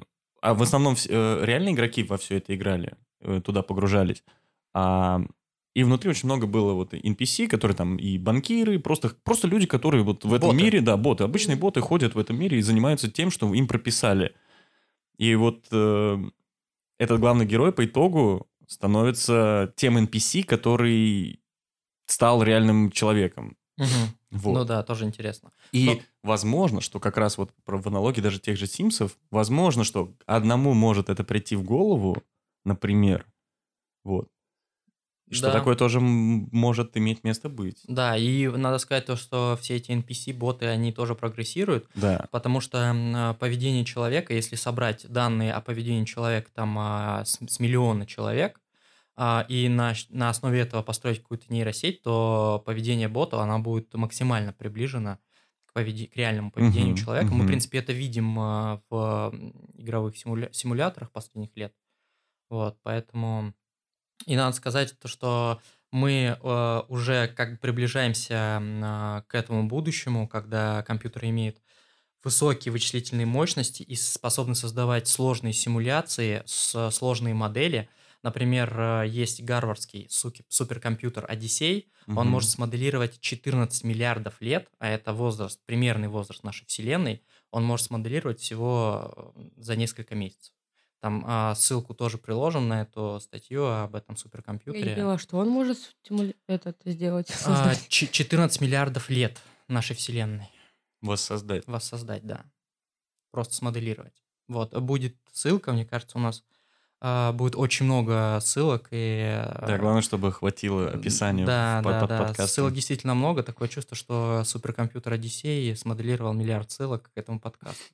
А в основном вс- э, реальные игроки во все это играли, э, туда погружались. А, и внутри очень много было вот эн пи си, которые там и банкиры, просто, просто люди, которые вот в этом Боты. мире, да, боты, обычные Мгм. боты ходят в этом мире и занимаются тем, что им прописали. И вот э, этот главный герой по итогу становится тем эн пи си, который стал реальным человеком. Мгм. Вот. Ну да, тоже интересно. И Но- возможно, что как раз вот про- в аналогии даже тех же Симсов, возможно, что одному может это прийти в голову, например, вот, что Да. такое тоже м- может иметь место быть. Да, и надо сказать то, что все эти эн пи си-боты, они тоже прогрессируют, Да. потому что м, а, поведение человека, если собрать данные о поведении человека там а, с, с миллиона человек, а, и на, щ- на основе этого построить какую-то нейросеть, то поведение бота, она будет максимально приближена к, поведе- к реальному поведению Мгм, человека. Мы, в мгм. принципе, это видим а, в м, игровых симуля- симуляторах последних лет. Вот, поэтому... И надо сказать то, что мы э, уже как бы приближаемся м, а, к этому будущему, когда компьютер имеет высокие вычислительные мощности и способны создавать сложные симуляции, с- сложные модели. Например, э, есть гарвардский суки- суперкомпьютер Одиссей. Он Мгм. может смоделировать четырнадцать миллиардов лет, а это возраст, примерный возраст нашей Вселенной. Он может смоделировать всего э, за несколько месяцев. Там а, ссылку тоже приложим на эту статью об этом Я не суперкомпьютере. поняла, что он может стимули- этот сделать, А, создать. ч- четырнадцать миллиардов лет нашей Вселенной Воссоздать. воссоздать, да. Просто смоделировать. Вот, будет ссылка, мне кажется, у нас а, будет очень много ссылок. И, Да, а, главное, чтобы хватило описания да, в- под, да, под да. подкастом. Ссылок действительно много. Такое чувство, что суперкомпьютер Одиссей смоделировал миллиард ссылок к этому подкасту.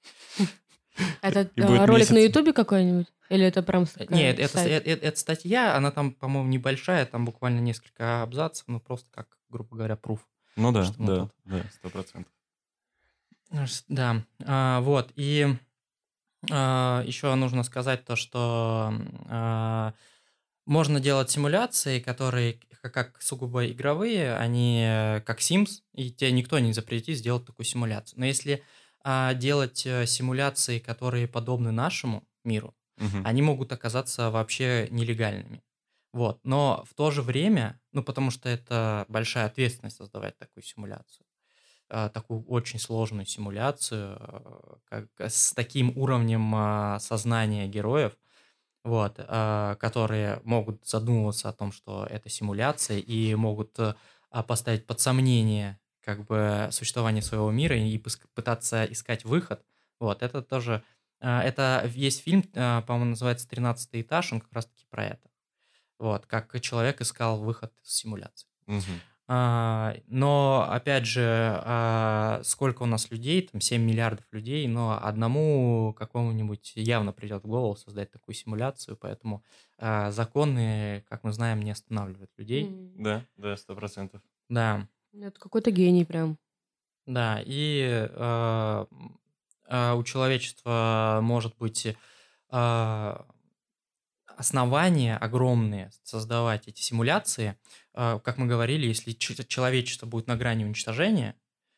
Это И э, будет ролик на месяц. Ютубе какой-нибудь? Или это прям с- такая Нет, это, сайт? э- э- это статья, она там, по-моему, небольшая, там буквально несколько абзацев, ну просто как, грубо говоря, пруф. Ну да, что мы да, тут. да, сто процентов. Ну, с- Да, а, вот, и а, еще нужно сказать то, что м, а, можно делать симуляции, которые к- как сугубо игровые, они э, как Sims, и тебе никто не запретит сделать такую симуляцию. Но если а, делать э, симуляции, которые подобны нашему миру, Мгм. они могут оказаться вообще нелегальными. Вот. Но в то же время, ну потому что это большая ответственность создавать такую симуляцию, а, такую очень сложную симуляцию, а, как, с таким уровнем а, сознания героев, вот, а, которые могут задумываться о том, что это симуляция, и могут э, а, поставить под сомнение как бы существование своего мира и пыс- пытаться искать выход. Вот, это тоже... а, Это есть фильм, а, по-моему, называется «тринадцатый этаж», он как раз-таки про это. Вот, как человек искал выход из симуляции. Мгм. А, но, опять же, а, сколько у нас людей, там семь миллиардов людей, но одному какому-нибудь явно придет в голову создать такую симуляцию, поэтому а, законы, как мы знаем, не останавливают людей. М. Да, да, сто процентов. Да, Это какой-то гений прям. да, и а, м, а, у человечества может быть а, основания огромные создавать эти симуляции. А, Как мы говорили, если ч- человечество будет на грани уничтожения,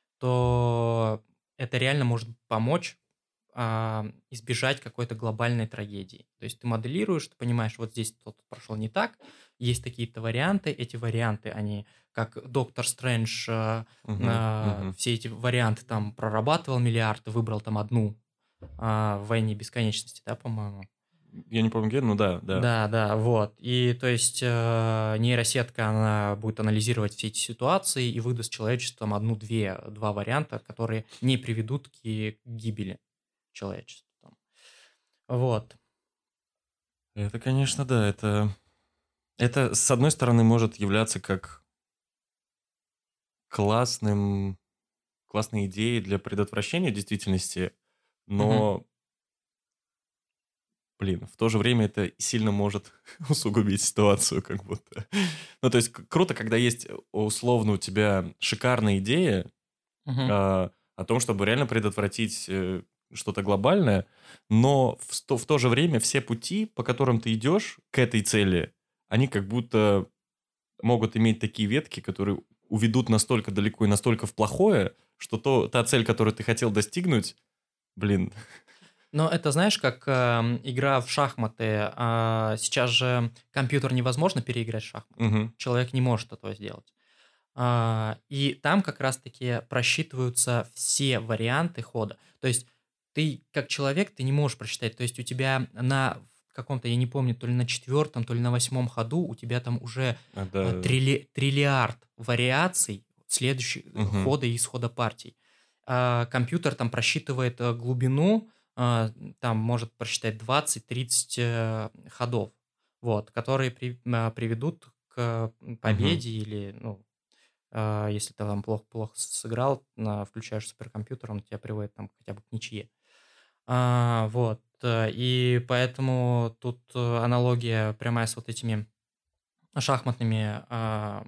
то это реально может помочь а, избежать какой-то глобальной трагедии. То есть ты моделируешь, ты понимаешь, вот здесь что-то прошло не так, есть такие-то варианты, эти варианты, они, как Доктор Стрэндж, а, Мгм, а, мгм. все эти варианты там прорабатывал миллиард и выбрал там одну а, в «Войне бесконечности», да, по-моему? Я не помню, где, ну да, да. Да, да, вот. И то есть э, нейросетка, она будет анализировать все эти ситуации и выдаст человечеству там одну-две, два варианта, которые не приведут к и- к гибели человечества. там. Вот. Это, конечно, да, это... Это, с одной стороны, может являться как классным, классной идеей для предотвращения действительности, Мгм. но, блин, в то же время это сильно может усугубить ситуацию, как будто. Ну, то есть к- круто, когда есть э, условно у тебя шикарная идея Мгм. а, о том, чтобы реально предотвратить э, что-то глобальное, но в, сто- в то же время все пути, по которым ты идешь к этой цели, они как будто могут иметь такие ветки, которые уведут настолько далеко и настолько в плохое, что то, та цель, которую ты хотел достигнуть, блин, Но это, знаешь, как э, игра в шахматы. А, сейчас же компьютер невозможно переиграть в шахматы. Мгм. Человек не может этого сделать. А, и там как раз-таки просчитываются все варианты хода. То есть ты как человек, ты не можешь просчитать. То есть у тебя на каком-то, я не помню, то ли на четвертом, то ли на восьмом ходу у тебя там уже А, э, да. трилли- триллиард вариаций следующих э, Мгм. хода и исхода партий. А компьютер там просчитывает э, глубину, а, там может просчитать двадцать-тридцать э, ходов, вот, которые при- а, приведут к Мгм. победе или, ну, а, если ты там плохо, плохо сыграл, на, включаешь суперкомпьютер, он тебя приводит там хотя бы к ничье. А, вот. э, И поэтому тут э, аналогия прямая с вот этими шахматными а,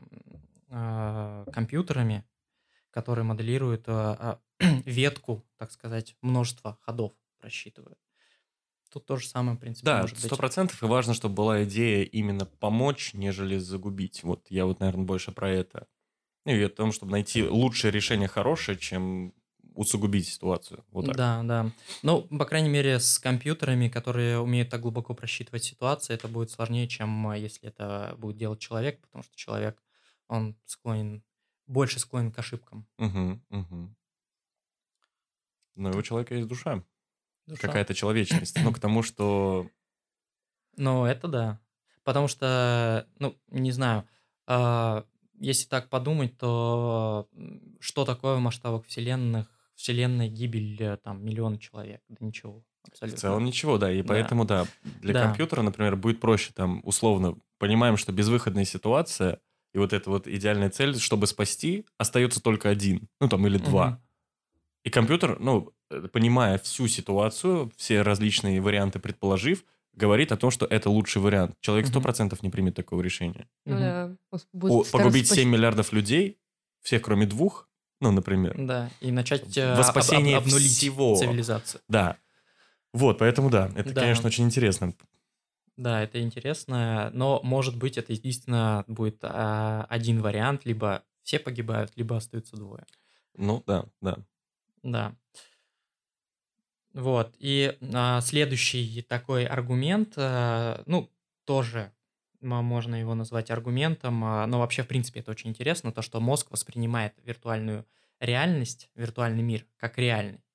а, компьютерами, которые моделируют а, а, ветку, так сказать, множество ходов просчитывают. Тут то же самое, в принципе, Да, может сто быть. процентов, и важно, чтобы была идея именно помочь, нежели загубить. Вот я вот, наверное, больше про это. Ну, и о том, чтобы найти лучшее решение хорошее, чем усугубить ситуацию. Вот так. Да, да. Ну, по крайней мере, с компьютерами, которые умеют так глубоко просчитывать ситуации, это будет сложнее, чем э, если это будет делать человек, потому что человек, он склонен, больше склонен к ошибкам. Мгм, мгм. Но и у Так, человека есть душа, душа. какая-то человечность. Ну, к тому, что... Ну, это да. Потому что, ну, не знаю, а, если так подумать, то м, что такое в масштабах вселенных, вселенной гибель э, там миллиона человек? Да ничего, В абсолютно. целом ничего, да, и Да, поэтому, да, для да, компьютера, например, будет проще, там, условно, понимаем, что безвыходная ситуация, и вот эта вот идеальная цель, чтобы спасти, остается только один, ну, там, или мгм, два. И компьютер, ну, э, понимая всю ситуацию, все различные варианты предположив, говорит о том, что это лучший вариант. Человек сто мгм, процентов не примет такого решения. Ну мгм. да, он с- будет О, стараться погубить семь спасти. миллиардов людей, всех кроме двух, ну, например, Да, и начать э, во об- об- спасение обнулить всего. цивилизацию. Да, вот, поэтому да, это, конечно, Да, очень интересно. да, это интересно, но, может быть, это единственно будет а, один вариант, либо все погибают, либо остаются двое. Ну, да, да. Да. Вот. И а, следующий такой аргумент, а, ну, тоже мо- можно его назвать аргументом, а, но вообще, в принципе, это очень интересно, то, что мозг воспринимает виртуальную реальность, виртуальный мир, как реальный.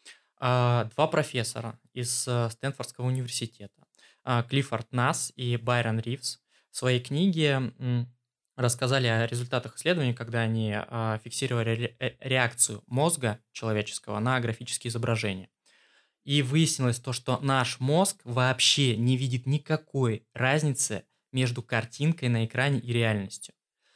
А, Два профессора из э, Стэнфордского университета, а, Клиффорд Насс и Байрон Ривз, в своей книге м, рассказали о результатах исследований, когда они а, фиксировали ре- э, реакцию мозга человеческого на графические изображения. И выяснилось то, что наш мозг вообще не видит никакой разницы между картинкой на экране и реальностью.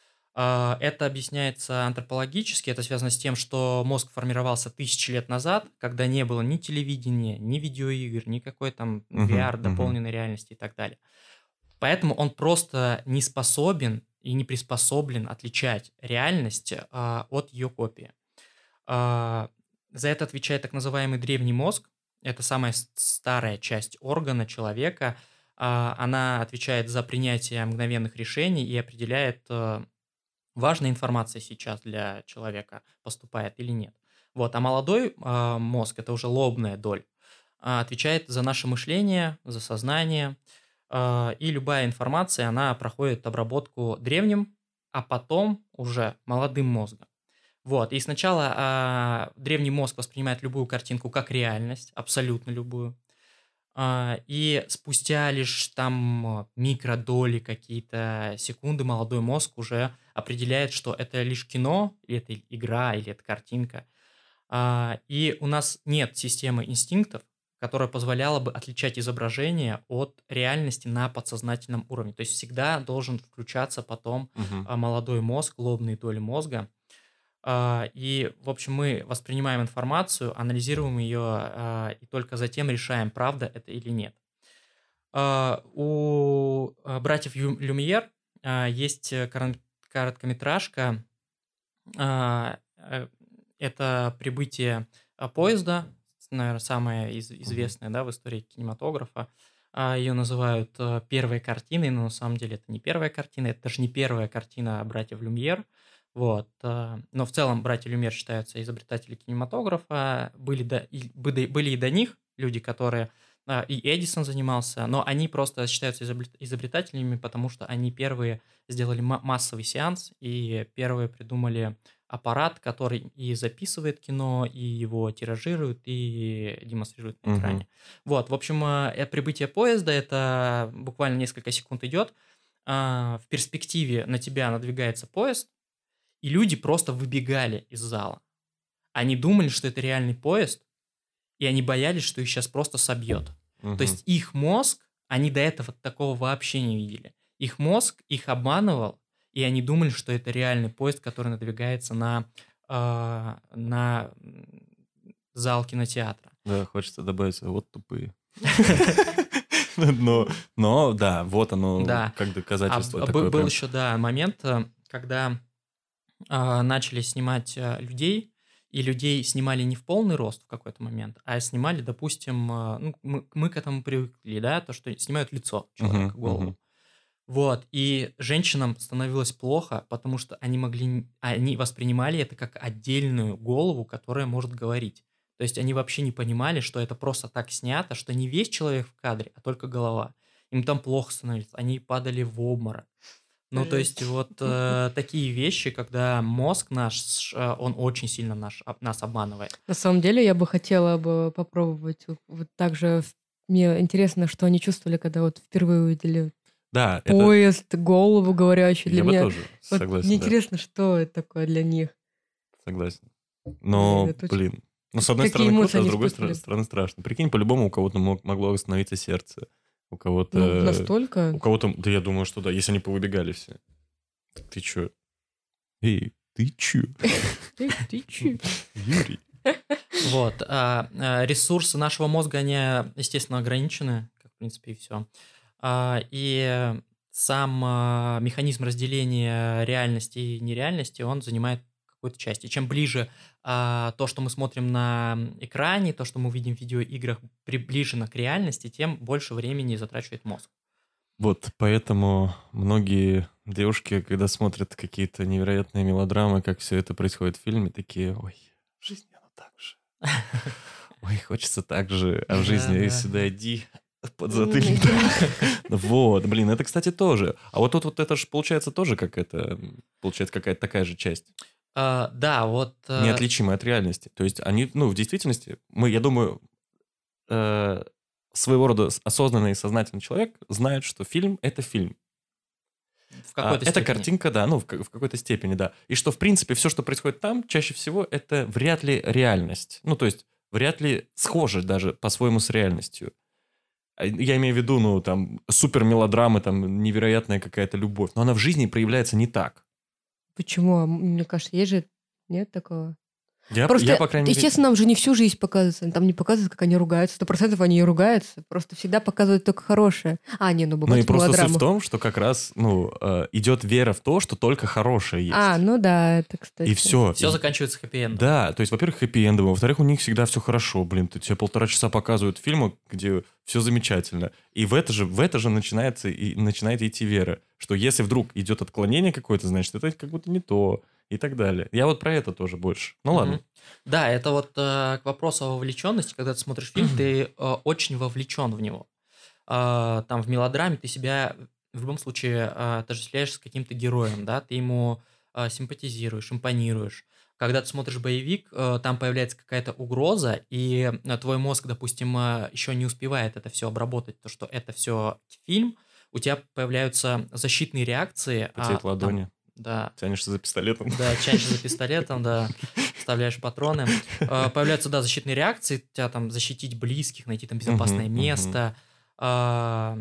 А, Это объясняется антропологически, это связано с тем, что мозг формировался тысячи лет назад, когда не было ни телевидения, ни видеоигр, никакой там Мгм, V R, мгм. дополненной реальности и так далее. Поэтому он просто не способен и не приспособлен отличать реальность а, от ее копии. А, За это отвечает так называемый древний мозг. Это самая с- старая часть органа человека. А, Она отвечает за принятие мгновенных решений и определяет, э, важная информация сейчас для человека поступает или нет. Вот. А молодой а, мозг, это уже лобная доля, а, отвечает за наше мышление, за сознание. А, И любая информация, она проходит обработку древним, а потом уже молодым мозгом. Вот, и сначала а, древний мозг воспринимает любую картинку как реальность, абсолютно любую. А, и спустя лишь там а, микродоли, какие-то секунды молодой мозг уже определяет, что это лишь кино, или это игра, или это картинка. А, и у нас нет системы инстинктов, которая позволяла бы отличать изображение от реальности на подсознательном уровне. То есть всегда должен включаться потом Мгм. а, молодой мозг, лобные доли мозга, а, и, в общем, мы воспринимаем информацию, анализируем ее, а, и только затем решаем, правда это или нет. А, У а, братьев Ю- Люмьер а, есть э, корон- короткометражка. а, э, Это прибытие а, поезда, наверное, самая из- Мгм. известная, да, в истории кинематографа. А, Ее называют э, первой картиной, но на самом деле это не первая картина, это даже не первая картина братьев Люмьер. Вот. а, Но в целом братья Люмьер считаются изобретатели кинематографа. Были, до, и, были были и до них люди, которые... а, И Эдисон занимался, но они просто считаются изобрет- изобретателями, потому что они первые сделали ма- массовый сеанс и первые придумали аппарат, который и записывает кино, и его тиражирует, и демонстрирует на Мгм. экране. Вот, в общем, э, э, прибытие поезда, это буквально несколько секунд идет. А, В перспективе на тебя надвигается поезд, и люди просто выбегали из зала. Они думали, что это реальный поезд, и они боялись, что их сейчас просто собьет. То Мгм. есть их мозг, они до этого такого вообще не видели. Их мозг их обманывал, и они думали, что это реальный поезд, который надвигается на, а, на м, зал кинотеатра. Да, хочется добавить, вот тупые. Но, но, да, вот оно, Да. как А доказательство б- такое был прям. еще, да, момент, э, когда а, начали снимать а, людей, и людей снимали не в полный рост в какой-то момент, а снимали, допустим, а, ну, мы, мы к этому привыкли, да, то, что снимают лицо человека, Мгм, голову. мгм. Вот, и женщинам становилось плохо, потому что они могли, н- они воспринимали это как отдельную голову, которая может говорить. То есть они вообще не понимали, что это просто так снято, что не весь человек в кадре, а только голова. Им там плохо становилось, они падали в обморок. Ну, то есть Жесть. вот э, такие вещи, когда мозг наш, э, он очень сильно наш, об- нас обманывает. На самом деле я бы хотела бы попробовать вот, вот так же. в- Мне интересно, что они чувствовали, когда вот впервые увидели Да, это поезд, голову говорящую. Для я бы меня тоже вот согласен, мне да, интересно, что это такое для них. согласен. Блин, Но, это очень... блин, ну, с как- одной Какие стороны эмоции круто, а с они другой стра- испытывали? стороны страшно. Прикинь, по-любому у кого-то мог- могло остановиться сердце, у Ну, кого-то... У настолько... кого-то... Да я думаю, что да, если они повыбегали все. Ты чё? Эй, ты чё? Эй, ты чё? Юрий. Вот. а, а, Ресурсы нашего мозга, они, естественно, ограничены, как, в принципе, и все. И сам а, механизм разделения реальности и нереальности, он занимает какую-то часть. И чем ближе а, то, что мы смотрим на экране, то, что мы видим в видеоиграх, приближено к реальности, тем больше времени затрачивает мозг. Вот поэтому многие девушки, когда смотрят какие-то невероятные мелодрамы, как все это происходит в фильме, такие, ой, в жизни оно так же. Ой, хочется так же, а в жизни Да, эй, да. сюда иди, под затыльник. Вот, блин, это, кстати, тоже. А вот тут вот это же получается тоже как это, получается какая-то такая же часть, А, Да, вот... э, неотличимая от реальности. То есть они, ну, в действительности, мы, я думаю, э, своего рода осознанный и сознательный человек знает, что фильм — это фильм. в А, какой-то это степени. картинка, да, ну, в, ка- в какой-то степени, да. И что, в принципе, все, что происходит там, чаще всего это вряд ли реальность. Ну, то есть, вряд ли схоже даже по-своему с реальностью. А Я имею в виду, ну, там, супер мелодрамы, там, невероятная какая-то любовь. Но она в жизни проявляется не так. Почему? А м, Мне кажется, есть же... Нет такого? Я, Просто, я по крайней мере... естественно, нам же не всю жизнь показывается. Там не показывают, как они ругаются. Сто процентов они и ругаются. Просто всегда показывают только хорошее. А, не, ну Ну, и бывает в просто суть в мелодрамах. том, что как раз, ну, э, идет вера в то, что только хорошее есть. А, ну да, это, кстати. И все. Все заканчивается хэппи-эндом. Да, то есть, во-первых, хэппи-эндом, во-вторых, у них всегда все хорошо, блин, ты тебе полтора часа показывают фильмы, где все замечательно, и в это же, в это же начинается и начинает идти вера, что если вдруг идет отклонение какое-то, значит, это как будто не то, и так далее. Я вот про это тоже больше. Ну ладно. Мгм. Да, это вот э, к вопросу о вовлеченности, когда ты смотришь фильм, ты э, очень вовлечен в него. А, там в мелодраме ты себя в любом случае а, отождествляешь с каким-то героем, да, ты ему а, симпатизируешь, импонируешь. Когда ты смотришь боевик, э, там появляется какая-то угроза, и э, твой мозг, допустим, э, еще не успевает это все обработать, то, что это все фильм, у тебя появляются защитные реакции. а, Потеют там, ладони, да, тянешься за пистолетом. да, тянешься за пистолетом, да, вставляешь патроны. Э, Появляются, да, защитные реакции, тебя там защитить близких, найти там безопасное Мгм, мгм. место. А,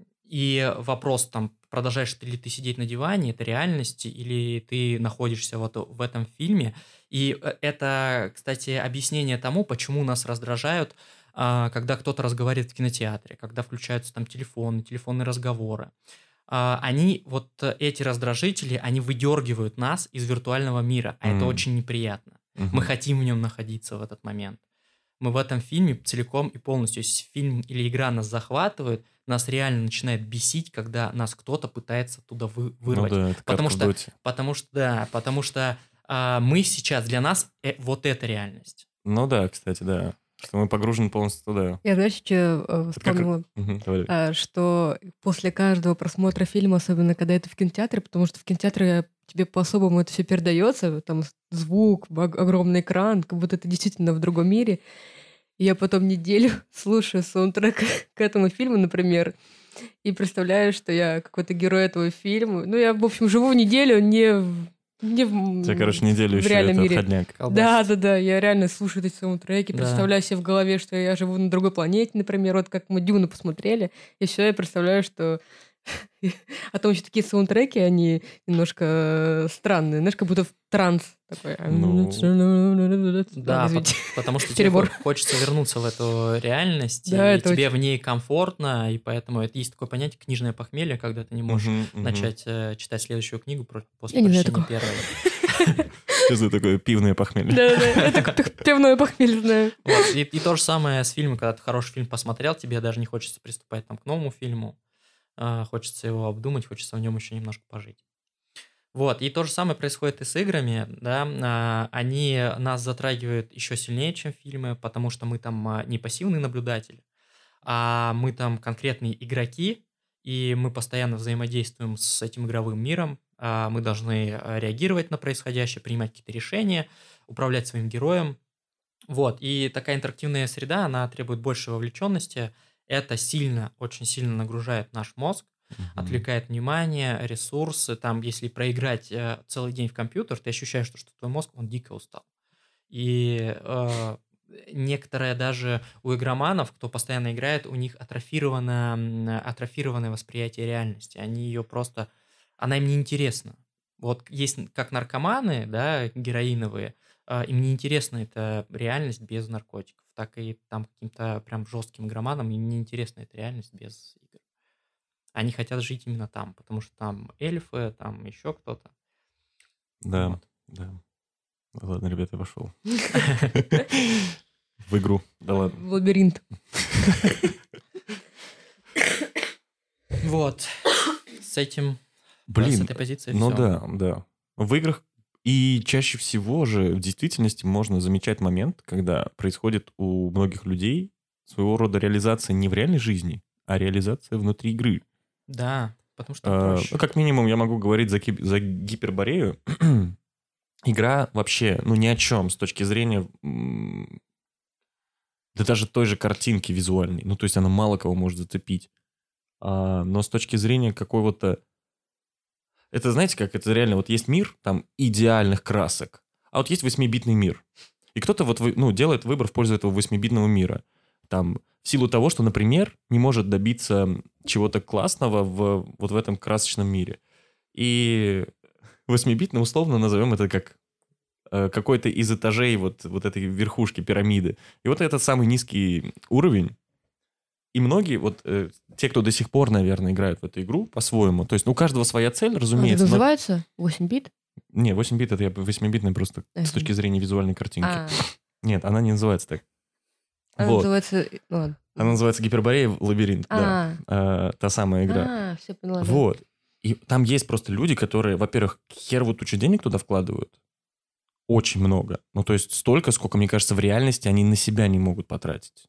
И вопрос там, продолжаешь ли ты сидеть на диване, это реальность, или ты находишься вот в этом фильме. И э, это, кстати, объяснение тому, почему нас раздражают, а, когда кто-то разговаривает в кинотеатре, когда включаются там телефоны, телефонные разговоры. А, Они, вот э, эти раздражители, они выдергивают нас из виртуального мира, а это М. очень неприятно. Мгм. Мы хотим в нем находиться в этот момент. Мы в этом фильме целиком и полностью. Если фильм или игра нас захватывает, нас реально начинает бесить, когда нас кто-то пытается оттуда вы- Ну вырвать. да, это Потому катка в что, доте. потому что, да, потому что а, мы сейчас, для нас э, вот эта реальность. Ну да, кстати, да. Что мы погружены полностью туда. Я, знаешь, что Это как- вспомнила? Мгм, говори. А, что после каждого просмотра фильма, особенно когда это в кинотеатре, потому что в кинотеатре тебе по-особому это все передается, там звук, ог- огромный экран, как будто ты действительно в другом мире. И я потом неделю слушаю саундтрек к этому фильму, например, и представляю, что я какой-то герой этого фильма. Ну, я, в общем, живу неделю не в, не в, У тебя, короче, неделю в еще реальном это мире. отходняк. Да, Колбасит. да, да, я реально слушаю эти саундтреки, Да. представляю себе в голове, что я живу на другой планете, например, вот как мы Дюну посмотрели, и все, я представляю, что... А там еще такие саундтреки, они немножко э, странные, знаешь, как будто в транс такой. Ну. Да, Ладно, извините. пот- потому что тебе Перебор. хо- хочется вернуться в эту реальность, Да, и это тебе очень- в ней комфортно, и поэтому это есть такое понятие книжное похмелье, когда ты не можешь Мгм, мгм. начать э, читать следующую книгу про- после Я не знаю прочтения первой. Что за такое пивное похмелье? Да-да-да, это как пи- пивное похмелье, знаю. Вот, И, и то же самое с фильмом, когда ты хороший фильм посмотрел, тебе даже не хочется приступать там, к новому фильму, а, хочется его обдумать, хочется в нем еще немножко пожить. Вот, и то же самое происходит и с играми, да, а, они нас затрагивают еще сильнее, чем фильмы, потому что мы там а, не пассивные наблюдатели, а мы там конкретные игроки, и мы постоянно взаимодействуем с этим игровым миром, а, мы должны а, реагировать на происходящее, принимать какие-то решения, управлять своим героем. Вот, и такая интерактивная среда, она требует большей вовлеченности, это сильно, очень сильно нагружает наш мозг, Мгм. отвлекает внимание, ресурсы. Там, если проиграть э, целый день в компьютер, ты ощущаешь, что, что твой мозг, он дико устал. И э, некоторые даже у игроманов, кто постоянно играет, у них атрофировано, м, атрофированное восприятие реальности. Они ее просто... Она им не интересна. Вот есть н- как наркоманы, да, героиновые, а, им не интересна эта реальность без наркотиков, так и там каким-то прям жестким игроманам им не интересна эта реальность без игр. Они хотят жить именно там, потому что там эльфы, там еще кто-то. Да, Вот. да. Ладно, ребята, я пошел. В игру. Да ладно. В лабиринт. Вот. С этим, да, с Блин, этой позиции ну все. да, да. В играх и чаще всего же в действительности можно замечать момент, когда происходит у многих людей своего рода реализация не в реальной жизни, а реализация внутри игры. Да, потому что Э, проще. Ну, как минимум, я могу говорить за, киб- за Гиперборею. Игра вообще, ну, ни о чем с точки зрения... м, Да даже той же картинки визуальной. Ну, то есть она мало кого может зацепить. А, но с точки зрения какого-то... Это, знаете, как это реально, вот есть мир там идеальных красок, а вот есть восьмибитный мир. И кто-то вот, вы- ну, делает выбор в пользу этого восьмибитного мира. Там, в силу того, что, например, не может добиться чего-то классного в, вот в этом красочном мире. И восьмибитно, условно, назовем это как э, какой-то из этажей вот, вот этой верхушки пирамиды. И вот этот самый низкий уровень. И многие, вот э, те, кто до сих пор, наверное, играют в эту игру по-своему, то есть ну, у каждого своя цель, Как это разумеется. но- называется? восемь бит? Не, восемь бит, это я восьмибитный просто Ага. с точки зрения визуальной картинки. А, Нет, она не называется так. она Вот. называется... ну ладно. Она называется Гиперборея Лабиринт, да. А, Э, та самая игра. а, все поняла. да. Вот. И там есть просто люди, которые, во-первых, херовую тучу денег туда вкладывают. Очень много. Ну, то есть столько, сколько, мне кажется, в реальности они на себя не могут потратить.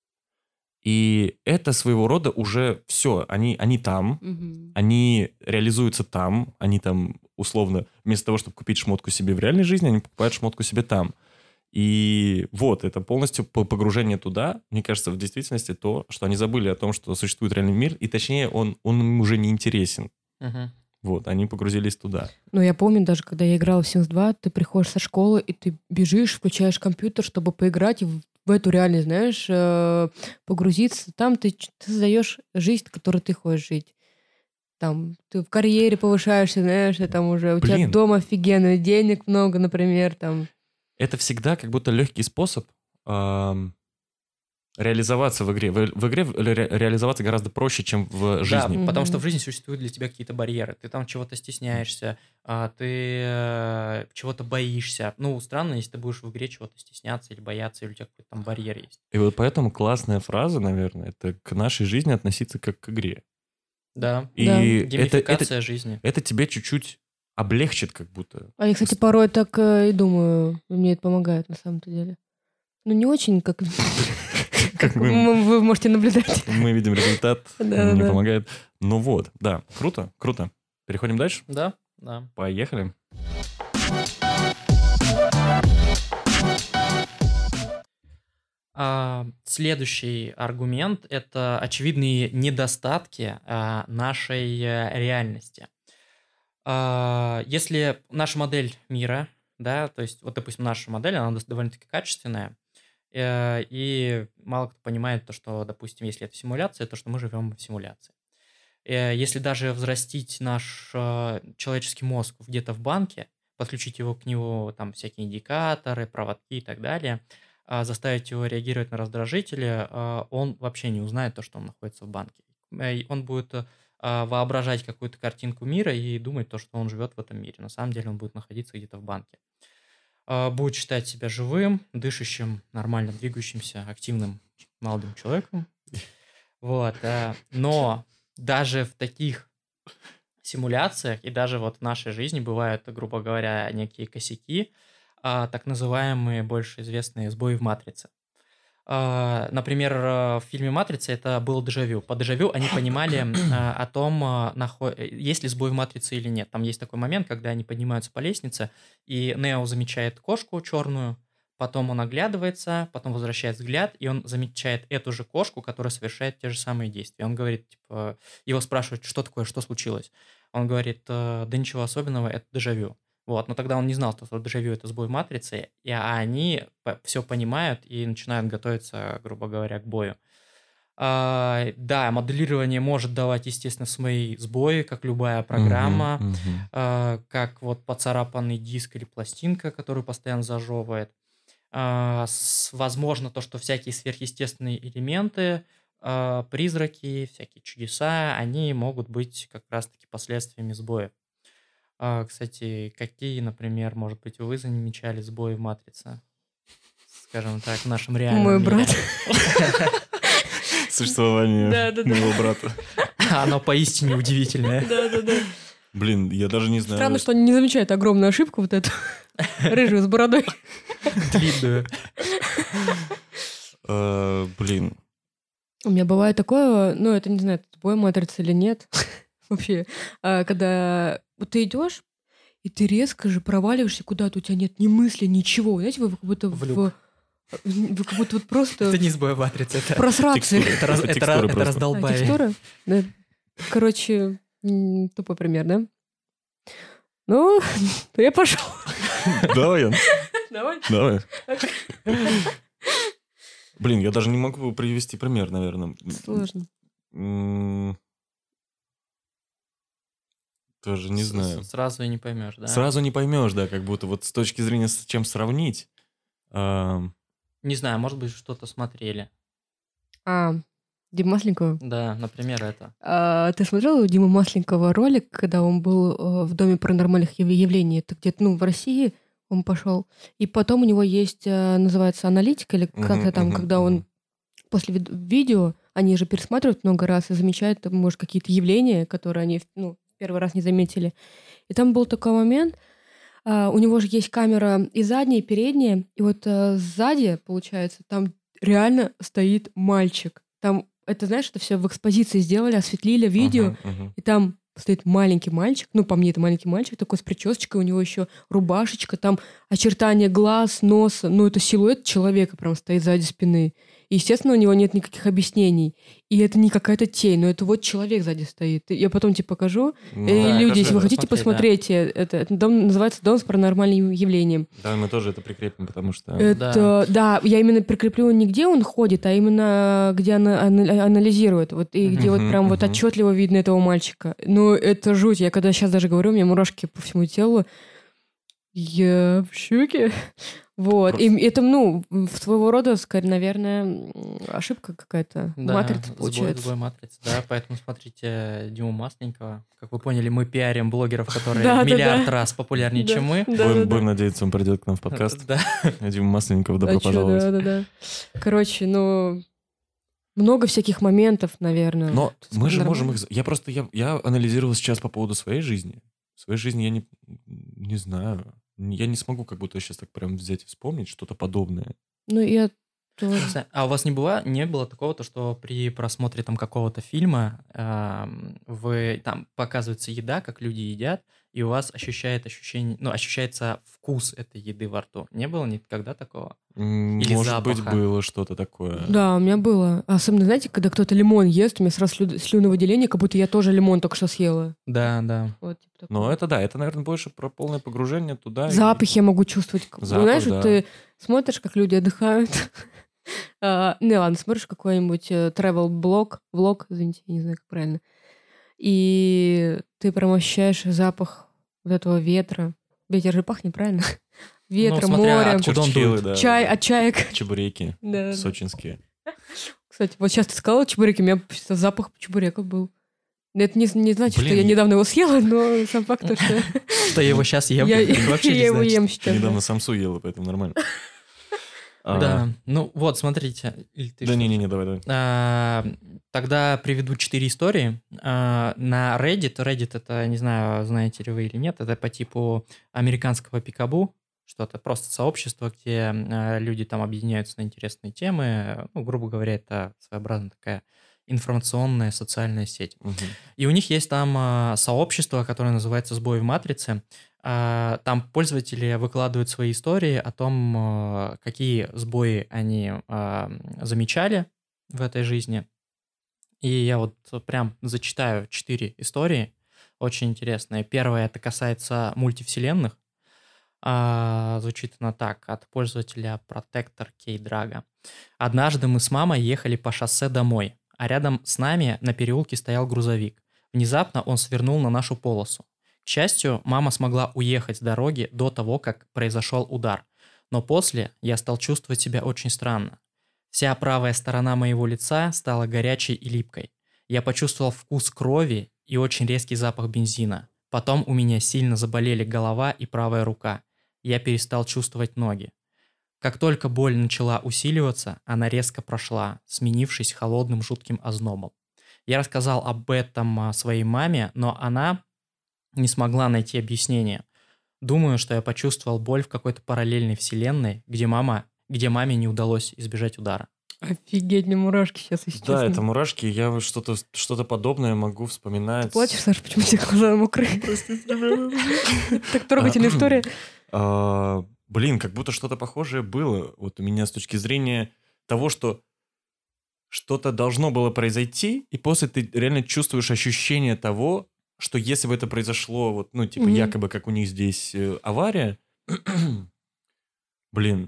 И это своего рода уже все. Они, они там, Мгм. они реализуются там, они там, условно, вместо того, чтобы купить шмотку себе в реальной жизни, они покупают шмотку себе там. И вот, это полностью по- погружение туда, мне кажется, в действительности то, что они забыли о том, что существует реальный мир, и точнее, он, он им уже не интересен. Мгм. Вот, они погрузились туда. Ну, я помню, даже когда я играла в Sims два, ты приходишь со школы, и ты бежишь, включаешь компьютер, чтобы поиграть и в, в эту реальность, знаешь, э, погрузиться. Там ты, ч- ты создаешь жизнь, которой ты хочешь жить. Там ты в карьере повышаешься, знаешь, и там уже у тебя Блин. дом офигенный, денег много, например, там. Это всегда как будто легкий способ ам, реализоваться в игре. В, в игре ре- реализоваться гораздо проще, чем в жизни. Да, потому что Мгм. в жизни существуют для тебя какие-то барьеры. Ты там чего-то стесняешься, а, ты э, чего-то боишься. Ну, странно, если ты будешь в игре чего-то стесняться или бояться, или у тебя какой-то там барьер есть. И вот поэтому классная фраза, наверное, это к нашей жизни относиться как к игре. Да, И Да. это, это, геймификация жизни. это тебе чуть-чуть облегчит как будто. А я, кстати, порой так э, и думаю, мне это помогает на самом-то деле. Ну, не очень, как, Как мы, м- вы можете наблюдать. мы видим результат, Да, не да. помогает. Ну вот, да, круто, круто. Переходим дальше? Да, да. Поехали. А, Следующий аргумент – это очевидные недостатки а, нашей э, реальности. А, Если наша модель мира, да, то есть вот, допустим, наша модель, она дос- довольно-таки качественная, э, и мало кто понимает то, что, допустим, если это симуляция, то что мы живем в симуляции. Э, Если даже взрастить наш э, человеческий мозг где-то в банке, подключить его к нему, там, всякие индикаторы, проводки и так далее, а, заставить его реагировать на раздражители, а, он вообще не узнает то, что он находится в банке. Э, и Он будет э, а, воображать какую-то картинку мира и думать то, что он живет в этом мире. На самом деле он будет находиться где-то в банке. А, Будет считать себя живым, дышащим, нормально двигающимся, активным молодым человеком. Вот, э, но даже в таких симуляциях и даже вот в нашей жизни бывают, грубо говоря, некие косяки, а, так называемые, больше известные сбои в матрице. А, Например, э, в фильме «Матрица» это было дежавю. По дежавю они понимали а, о том, а, нахо- э, есть ли сбой в матрице или нет. Там есть такой момент, когда они поднимаются по лестнице, и Нео замечает кошку черную, потом он оглядывается, потом возвращает взгляд, и он замечает эту же кошку, которая совершает те же самые действия. Он говорит, типа, его спрашивают, что такое, что случилось. Он говорит, «Э, да ничего особенного, это дежавю. Вот, но тогда он не знал, что дежавю это сбой в матрице, и, а они все понимают и начинают готовиться, грубо говоря, к бою. А, да, моделирование может давать, естественно, свои сбои, как любая программа, Мгм, мгм. а, как вот поцарапанный диск или пластинка, которую постоянно зажевывает. А, с- возможно, то, что всякие сверхъестественные элементы, а, призраки, всякие чудеса, они могут быть как раз-таки последствиями сбоев. А, Кстати, какие, например, может быть, вы замечали сбои в матрице? Скажем так, в нашем реальном Мой мире. брат. Существование Да, да, да. моего брата. Оно поистине удивительное. Да-да-да. Блин, я даже не знаю. Странно, что они не замечают огромную ошибку вот эту. Рыжую с бородой. Длинную. Э, Блин, У меня бывает такое, ну, это не знаю, это сбой матрицы или нет. Вообще, а, когда вот ты идешь, и ты резко же проваливаешься куда-то, у тебя нет ни мысли, ничего. Знаете, вы как будто В в... люк. Вы как будто вот просто Это не сбой в матрице, в это, прострации. Текстура. это, раз- Это это текстура раз- это просто. А, раздолбай. текстура? Да. Короче, м, тупой пример, да? Ну, я пошел. давай, Ян, Давай. давай. Блин, я даже не могу привести пример, наверное. Сложно. М, Тоже не С- знаю. с- Сразу и не поймешь, да? Сразу не поймешь, да, как будто вот с точки зрения с чем сравнить. ам, Не знаю, может быть, что-то смотрели. А, Дима Масленникова. Да, например, это. А, ты смотрел у Димы Масленникова ролик, когда он был э, в Доме паранормальных яв- явлений? Это где-то, ну, в России он пошел. И потом у него есть, э, называется, аналитика, или Мгм, как-то там, мгм, когда он мгм. после вид- видео, они же пересматривают много раз и замечают, там, может, какие-то явления, которые они, ну, первый раз не заметили. И там был такой момент, а, у него же есть камера и задняя, и передняя, и вот э, сзади, получается, там реально стоит мальчик. Там, это, знаешь, это все в экспозиции сделали, осветлили видео, Мгм, мгм. и там стоит маленький мальчик, ну, по мне, это маленький мальчик, такой с причесочкой, у него еще рубашечка, там очертания глаз, носа, ну, это силуэт человека прям стоит сзади спины. И, естественно, у него нет никаких объяснений. И это не какая-то тень, но это вот человек сзади стоит. Я потом тебе покажу. Ну, Эй, да, люди, я если вы тоже хотите, посмотреть, посмотрите. Это, это дом называется «Дом с паранормальным явлением». Да, мы тоже это прикрепим, потому что... Это, да. я именно прикреплю не где он ходит, а именно где она ана- анализирует. Вот, и где вот Мгм, прям вот мгм. отчетливо видно этого мальчика. Ну, это жуть. Я когда сейчас даже говорю, у меня мурашки по всему телу. Я в шоке. Вот. Просто- И это, ну, в своего рода, скорее, наверное, м, ошибка какая-то. Да, Матрица, сбой, получается. сбой матрицы, да, поэтому смотрите Диму Масленникова. Как вы поняли, мы пиарим блогеров, которые Да, да, в миллиард да. раз популярнее, Да, чем мы. да, Будем, да, да. будем надеяться, он придет к нам в подкаст. Да. Дима Масленников, добро А чё, пожаловать. да, да, да. Короче, ну, много всяких моментов, наверное. Но вот, мы же нормально. можем их... Я просто... Я, я анализировал сейчас по поводу своей жизни. В своей жизни я не, не знаю. Я не смогу как будто сейчас так прям взять и вспомнить что-то подобное. Ну, я Не тоже. знаю, а у вас не было, не было такого, то, что при просмотре там какого-то фильма эм, вы там показывается еда, как люди едят, и у вас ощущает ощущение, ну, ощущается вкус этой еды во рту. Не было никогда такого? М, Или Может быть, запаха? было что-то такое. Да, у меня было. Особенно, знаете, когда кто-то лимон ест, у меня сразу слю- слюновыделение, как будто я тоже лимон только что съела. Да, да. Вот, типа Но такого. это да, это, наверное, больше про полное погружение туда. и- Запах я могу чувствовать. Как- ну, Запах, знаешь, вот да. ты смотришь, как люди отдыхают. А, Не, ладно, смотришь какой-нибудь э, travel-блог, влог, извините, я не знаю, как правильно. И ты прям ощущаешь запах вот этого ветра. Ветер же пахнет, правильно? Ветра, Ну, смотря моря, откуда он Чурчхелы, дует. да, чай да. от чаек. Чебуреки Да, да. сочинские. Кстати, вот сейчас ты сказала чебуреки, у меня просто запах чебуреков был. Это не, не значит, Блин, что я я- недавно его съела, но сам факт, то, что Что я его сейчас ем, я, вообще не я его значит. ем Ты сейчас. недавно самсу ела, поэтому нормально. А, Да, ну вот, смотрите. Или ты Да что? не-не-не, давай, давай. А, Тогда приведу четыре истории. А, На Reddit, Reddit это, не знаю, знаете ли вы или нет, это по типу американского пикабу, что-то просто сообщество, где а, люди там объединяются на интересные темы. Ну, грубо говоря, это своеобразная такая информационная социальная сеть. Мгм. И у них есть там а, сообщество, которое называется «Сбой в матрице». А, Там пользователи выкладывают свои истории о том, а, какие сбои они а, замечали в этой жизни. И я вот прям зачитаю четыре истории, очень интересные. Первая, это касается мультивселенных. А, Звучит она так, от пользователя Protector K-Draga. Однажды мы с мамой ехали по шоссе домой, а рядом с нами на переулке стоял грузовик. Внезапно он свернул на нашу полосу. К счастью, мама смогла уехать с дороги до того, как произошел удар. Но после я стал чувствовать себя очень странно. Вся правая сторона моего лица стала горячей и липкой. Я почувствовал вкус крови и очень резкий запах бензина. Потом у меня сильно заболели голова и правая рука. Я перестал чувствовать ноги. Как только боль начала усиливаться, она резко прошла, сменившись холодным жутким ознобом. Я рассказал об этом а, своей маме, но она не смогла найти объяснение. Думаю, что я почувствовал боль в какой-то параллельной вселенной, где мама, где маме не удалось избежать удара. Офигеть, мне мурашки сейчас, если Да, честно. это мурашки. Я вот что-то что-то подобное могу вспоминать. Ты плачешь, Саша, почему у тебя глаза мокрые? Так трогательная история. А, Блин, как будто что-то похожее было. Вот у меня с точки зрения того, что что-то должно было произойти, и после ты реально чувствуешь ощущение того, что если бы это произошло, вот, ну, типа, Мгм. якобы, как у них здесь э, авария, блин,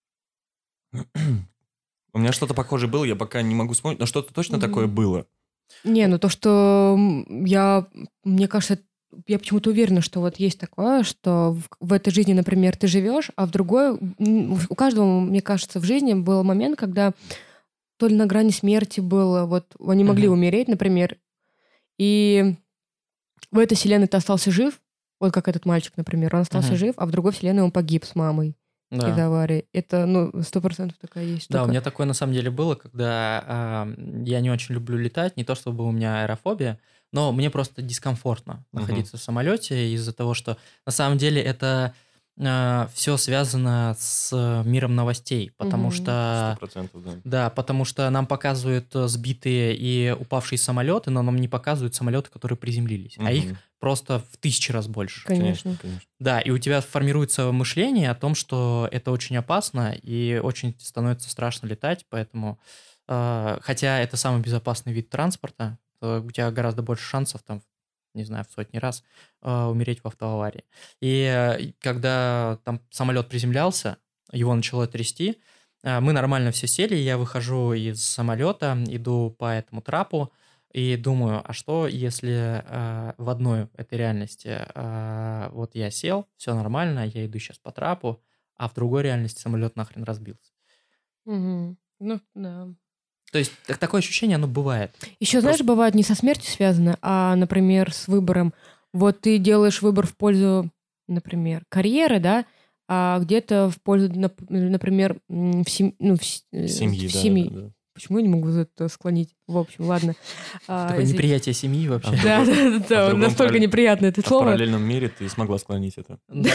у меня что-то похожее было, я пока не могу вспомнить, но что-то точно Мгм. такое было. Не, ну то, что м, я, мне кажется, я почему-то уверена, что вот есть такое, что в, в этой жизни, например, ты живешь, а в другой, м, у каждого, мне кажется, в жизни был момент, когда то ли на грани смерти было, вот они могли Мгм. умереть, например, и в этой вселенной ты остался жив, вот как этот мальчик, например, он остался Мгм. жив, а в другой вселенной он погиб с мамой из Да. аварии. Это, ну, сто процентов такая есть Да, у штука. меня такое на самом деле было, когда а, я не очень люблю летать, не то чтобы у меня аэрофобия, но мне просто дискомфортно Мгм. находиться в самолете из-за того, что на самом деле это все связано с миром новостей, потому Мгм. Сто что процентов, да. да, потому что нам показывают э, сбитые и упавшие самолеты, но нам не показывают самолеты, которые приземлились, а их Мгм. просто в тысячи раз больше. Конечно. конечно. Да, и у тебя формируется мышление о том, что это очень опасно и очень становится страшно летать, поэтому, э, хотя это самый безопасный вид транспорта, то у тебя гораздо больше шансов, там, не знаю, в сотни раз э, умереть в автоаварии. И э, когда там самолет приземлялся, его начало трясти, э, мы нормально все сели, я выхожу из самолета, иду по этому трапу, и думаю, а что, если э, в одной этой реальности э, вот я сел, все нормально, я иду сейчас по трапу, а в другой реальности самолет нахрен разбился. Мгм. Ну, да. То есть так- такое ощущение, оно бывает. Еще, знаешь, Просто- бывает не со смертью связано, а, например, с выбором. Вот ты делаешь выбор в пользу, например, карьеры, да, а где-то в пользу, нап- например, м, в сем- ну, в с- э, Семьи, в да, семьи. да, да. почему я не могу это склонить? В общем, ладно. А, Такое если- неприятие семьи вообще. Да, да, да, да, другом настолько параллель- неприятно это А в слово. параллельном мире ты смогла склонить это. Да.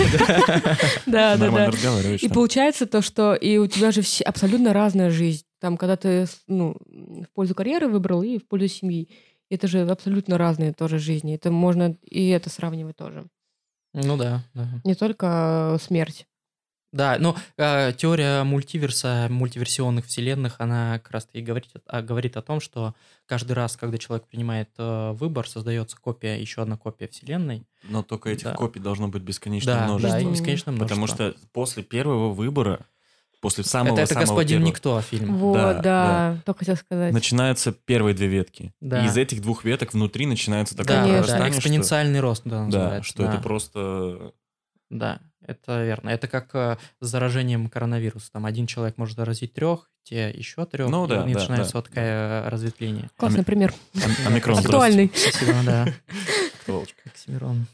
Да, да, Нормально да. разговариваешь. И там. получается то, что и у тебя же все- абсолютно разная жизнь. Там, когда ты ну, в пользу карьеры выбрал и в пользу семьи. Это же абсолютно разные тоже жизни. Это можно и это сравнивать тоже. Ну да, да. Не только э, смерть. Да, ну, э, теория мультиверса, мультиверсионных вселенных, она как раз-таки говорит, а, говорит о том, что каждый раз, когда человек принимает э, выбор, создается копия, еще одна копия вселенной. Но только этих Да. копий должно быть бесконечное Да, множество. да, их Мгм. бесконечное множество. Потому что после первого выбора, после самого это, это самого господин первого, Никто фильм. Вот, Да, да, да. только хотел сказать. начинаются первые две ветки. Да. И из этих двух веток внутри начинается такое Да, Конечно. да, прорастание, экспоненциальный рост, да, что, да, называется. что да. это просто... Да, это верно. Это как э, с заражением коронавируса. Там один человек может заразить трех, те еще трех, Ну и да, да, начинается да, вот такое разветвление. Классный пример. Ом- Омикрон. Актуальный. Спасибо, да. Кто, Волочка? Оксимирон.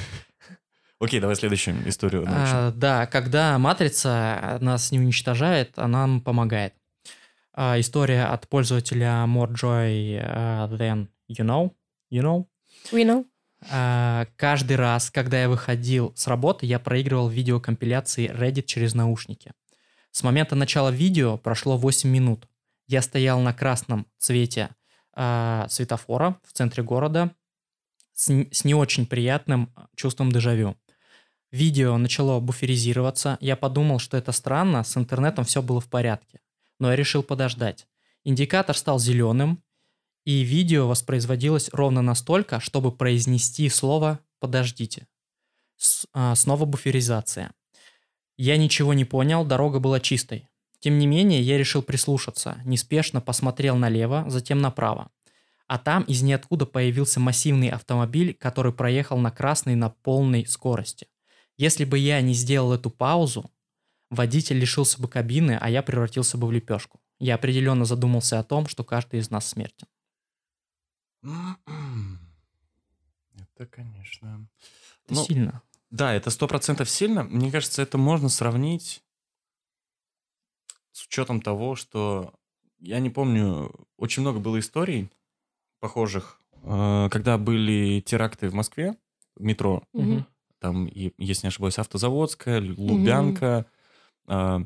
Окей, давай следующую историю. научим. А, да, когда матрица нас не уничтожает, она нам помогает. А, история от пользователя more joy uh, than you know. You know? We know. А, каждый раз, когда я выходил с работы, я проигрывал видеокомпиляции Reddit через наушники. С момента начала видео прошло восемь минут. Я стоял на красном цвете а, светофора в центре города с, н- с не очень приятным чувством дежавю. Видео начало буферизироваться. Я подумал, что это странно, с интернетом все было в порядке. Но я решил подождать. Индикатор стал зеленым, и видео воспроизводилось ровно настолько, чтобы произнести слово «подождите». С- а, снова буферизация. Я ничего не понял, дорога была чистой. Тем не менее, я решил прислушаться, неспешно посмотрел налево, затем направо. А там из ниоткуда появился массивный автомобиль, который проехал на красный на полной скорости. Если бы я не сделал эту паузу, водитель лишился бы кабины, а я превратился бы в лепешку. Я определенно задумался о том, что каждый из нас смертен. Это, конечно... Это Ну, сильно. да, это сто процентов сильно. Мне кажется, это можно сравнить с учетом того, что я не помню, очень много было историй похожих, э, когда были теракты в Москве, в метро, Мгм. там, и, если не ошибаюсь, Автозаводская, Лубянка, э,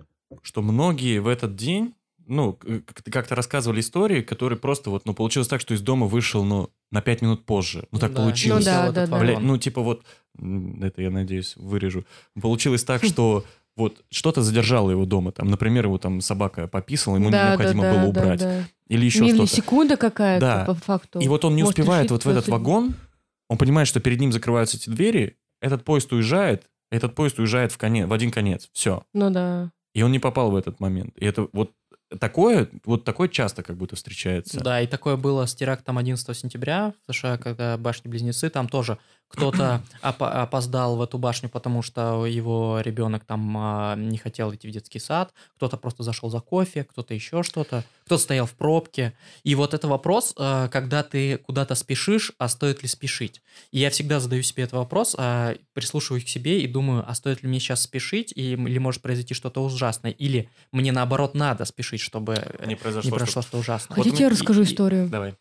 что многие в этот день, ну, к- как- как-то рассказывали истории, которые просто вот, ну, получилось так, что из дома вышел, ну, на пять минут позже. Ну, так Да, получилось. Ну да, сел да, этот да. Бля, вагон. ну, типа вот, м, это я надеюсь, вырежу. Получилось так, что вот что-то задержало его дома. Там, например, его там собака пописала, ему Да, необходимо да, было да, убрать. да. Или еще что-то. Миллисекунда какая-то, Да. по факту. И вот он не Может успевает решить вот в этот твою судьбу. вагон, он понимает, что перед ним закрываются эти двери, этот поезд уезжает, этот поезд уезжает в, конец, в один конец. Все. Ну да. И он не попал в этот момент. И это вот такое, вот такое часто как будто встречается. Да, и такое было с терактом одиннадцатого сентября в США, когда башни-близнецы, там тоже кто-то опа- опоздал в эту башню, потому что его ребенок там а, не хотел идти в детский сад, кто-то просто зашел за кофе, кто-то еще что-то, кто-то стоял в пробке. И вот это вопрос, а, когда ты куда-то спешишь, а стоит ли спешить? И я всегда задаю себе этот вопрос, а, прислушиваюсь к себе и думаю, а стоит ли мне сейчас спешить, и, или может произойти что-то ужасное, или мне наоборот надо спешить, чтобы э, Не произошло не произошло что-то. что-то ужасное. Вот Хотите, я мы- расскажу и- историю? Давай.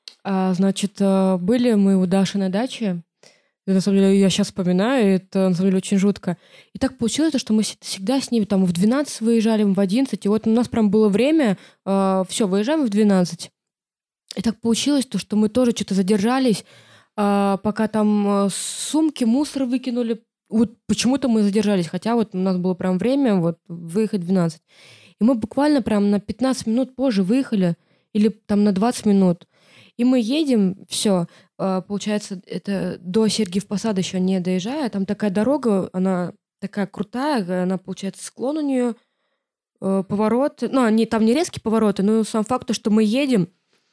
А, значит, э, были мы у Даши на даче. И, на самом деле, я сейчас вспоминаю, и это на самом деле очень жутко. И так получилось, что мы с- всегда с ней там в двенадцать выезжали, в одиннадцать. И вот у нас прям было время, все, выезжаем в двенадцать. И так получилось, то, что мы тоже что-то задержались, а, пока там э, сумки, мусор выкинули. Вот почему-то мы задержались, хотя вот у нас было прям время вот выехать в двенадцать. И мы буквально прям на пятнадцать минут позже выехали, или там на двадцать минут. И мы едем, все, получается, это до Сергиев Посада еще не доезжая, там такая дорога, она такая крутая, она, получается, склон у нее, поворот, ну, они, там не резкие повороты, но сам факт, то, что мы едем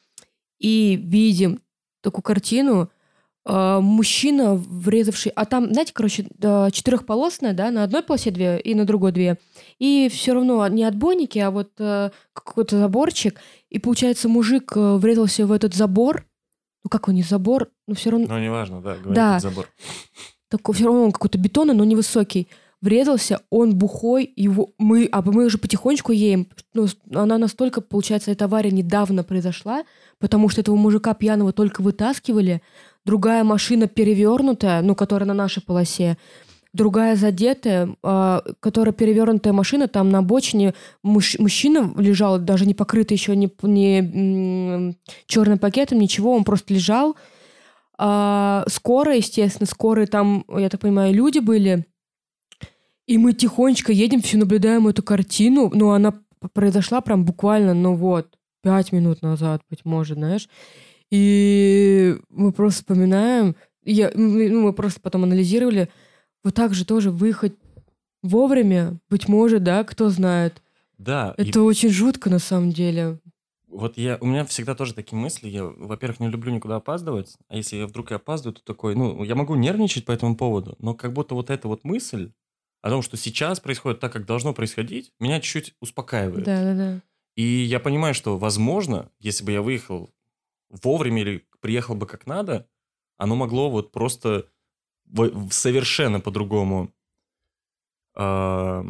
и видим такую картину, э, мужчина, врезавший, а там, знаете, короче, да, четырехполосная, да, на одной полосе две и на другой две, и все равно не отбойники, а вот э, какой-то заборчик, и, получается, мужик э, врезался в этот забор, ну, как он, не забор, но все равно, Ну, неважно, да, говорит Да. этот забор. такой, все равно он какой-то бетонный, но невысокий. врезался, он бухой, его, мы, а мы уже потихонечку едем. Ну, она настолько, получается, эта авария недавно произошла, потому что этого мужика пьяного только вытаскивали, другая машина перевернутая, ну, которая на нашей полосе, другая задетая, э, которая перевернутая машина, там на обочине муж, мужчина лежал, даже не покрытый еще ни, ни черным пакетом, ничего, он просто лежал. А, скорая, естественно, скорые там, я так понимаю, люди были. И мы тихонечко едем, все наблюдаем эту картину. Ну, она произошла прям буквально, ну вот, пять минут назад, быть может, знаешь. И мы просто вспоминаем, я, ну, мы просто потом анализировали, вот так же тоже выехать вовремя, быть может, да, кто знает. Да. Это и... очень жутко на самом деле. Вот я, у меня всегда тоже такие мысли. Я, во-первых, не люблю никуда опаздывать. А если я вдруг и опаздываю, то такой, ну, я могу нервничать по этому поводу, но как будто вот эта вот мысль о том, что сейчас происходит так, как должно происходить, меня чуть-чуть успокаивает. Да, да, да. И я понимаю, что, возможно, если бы я выехал вовремя или приехал бы как надо, оно могло вот просто совершенно по-другому э,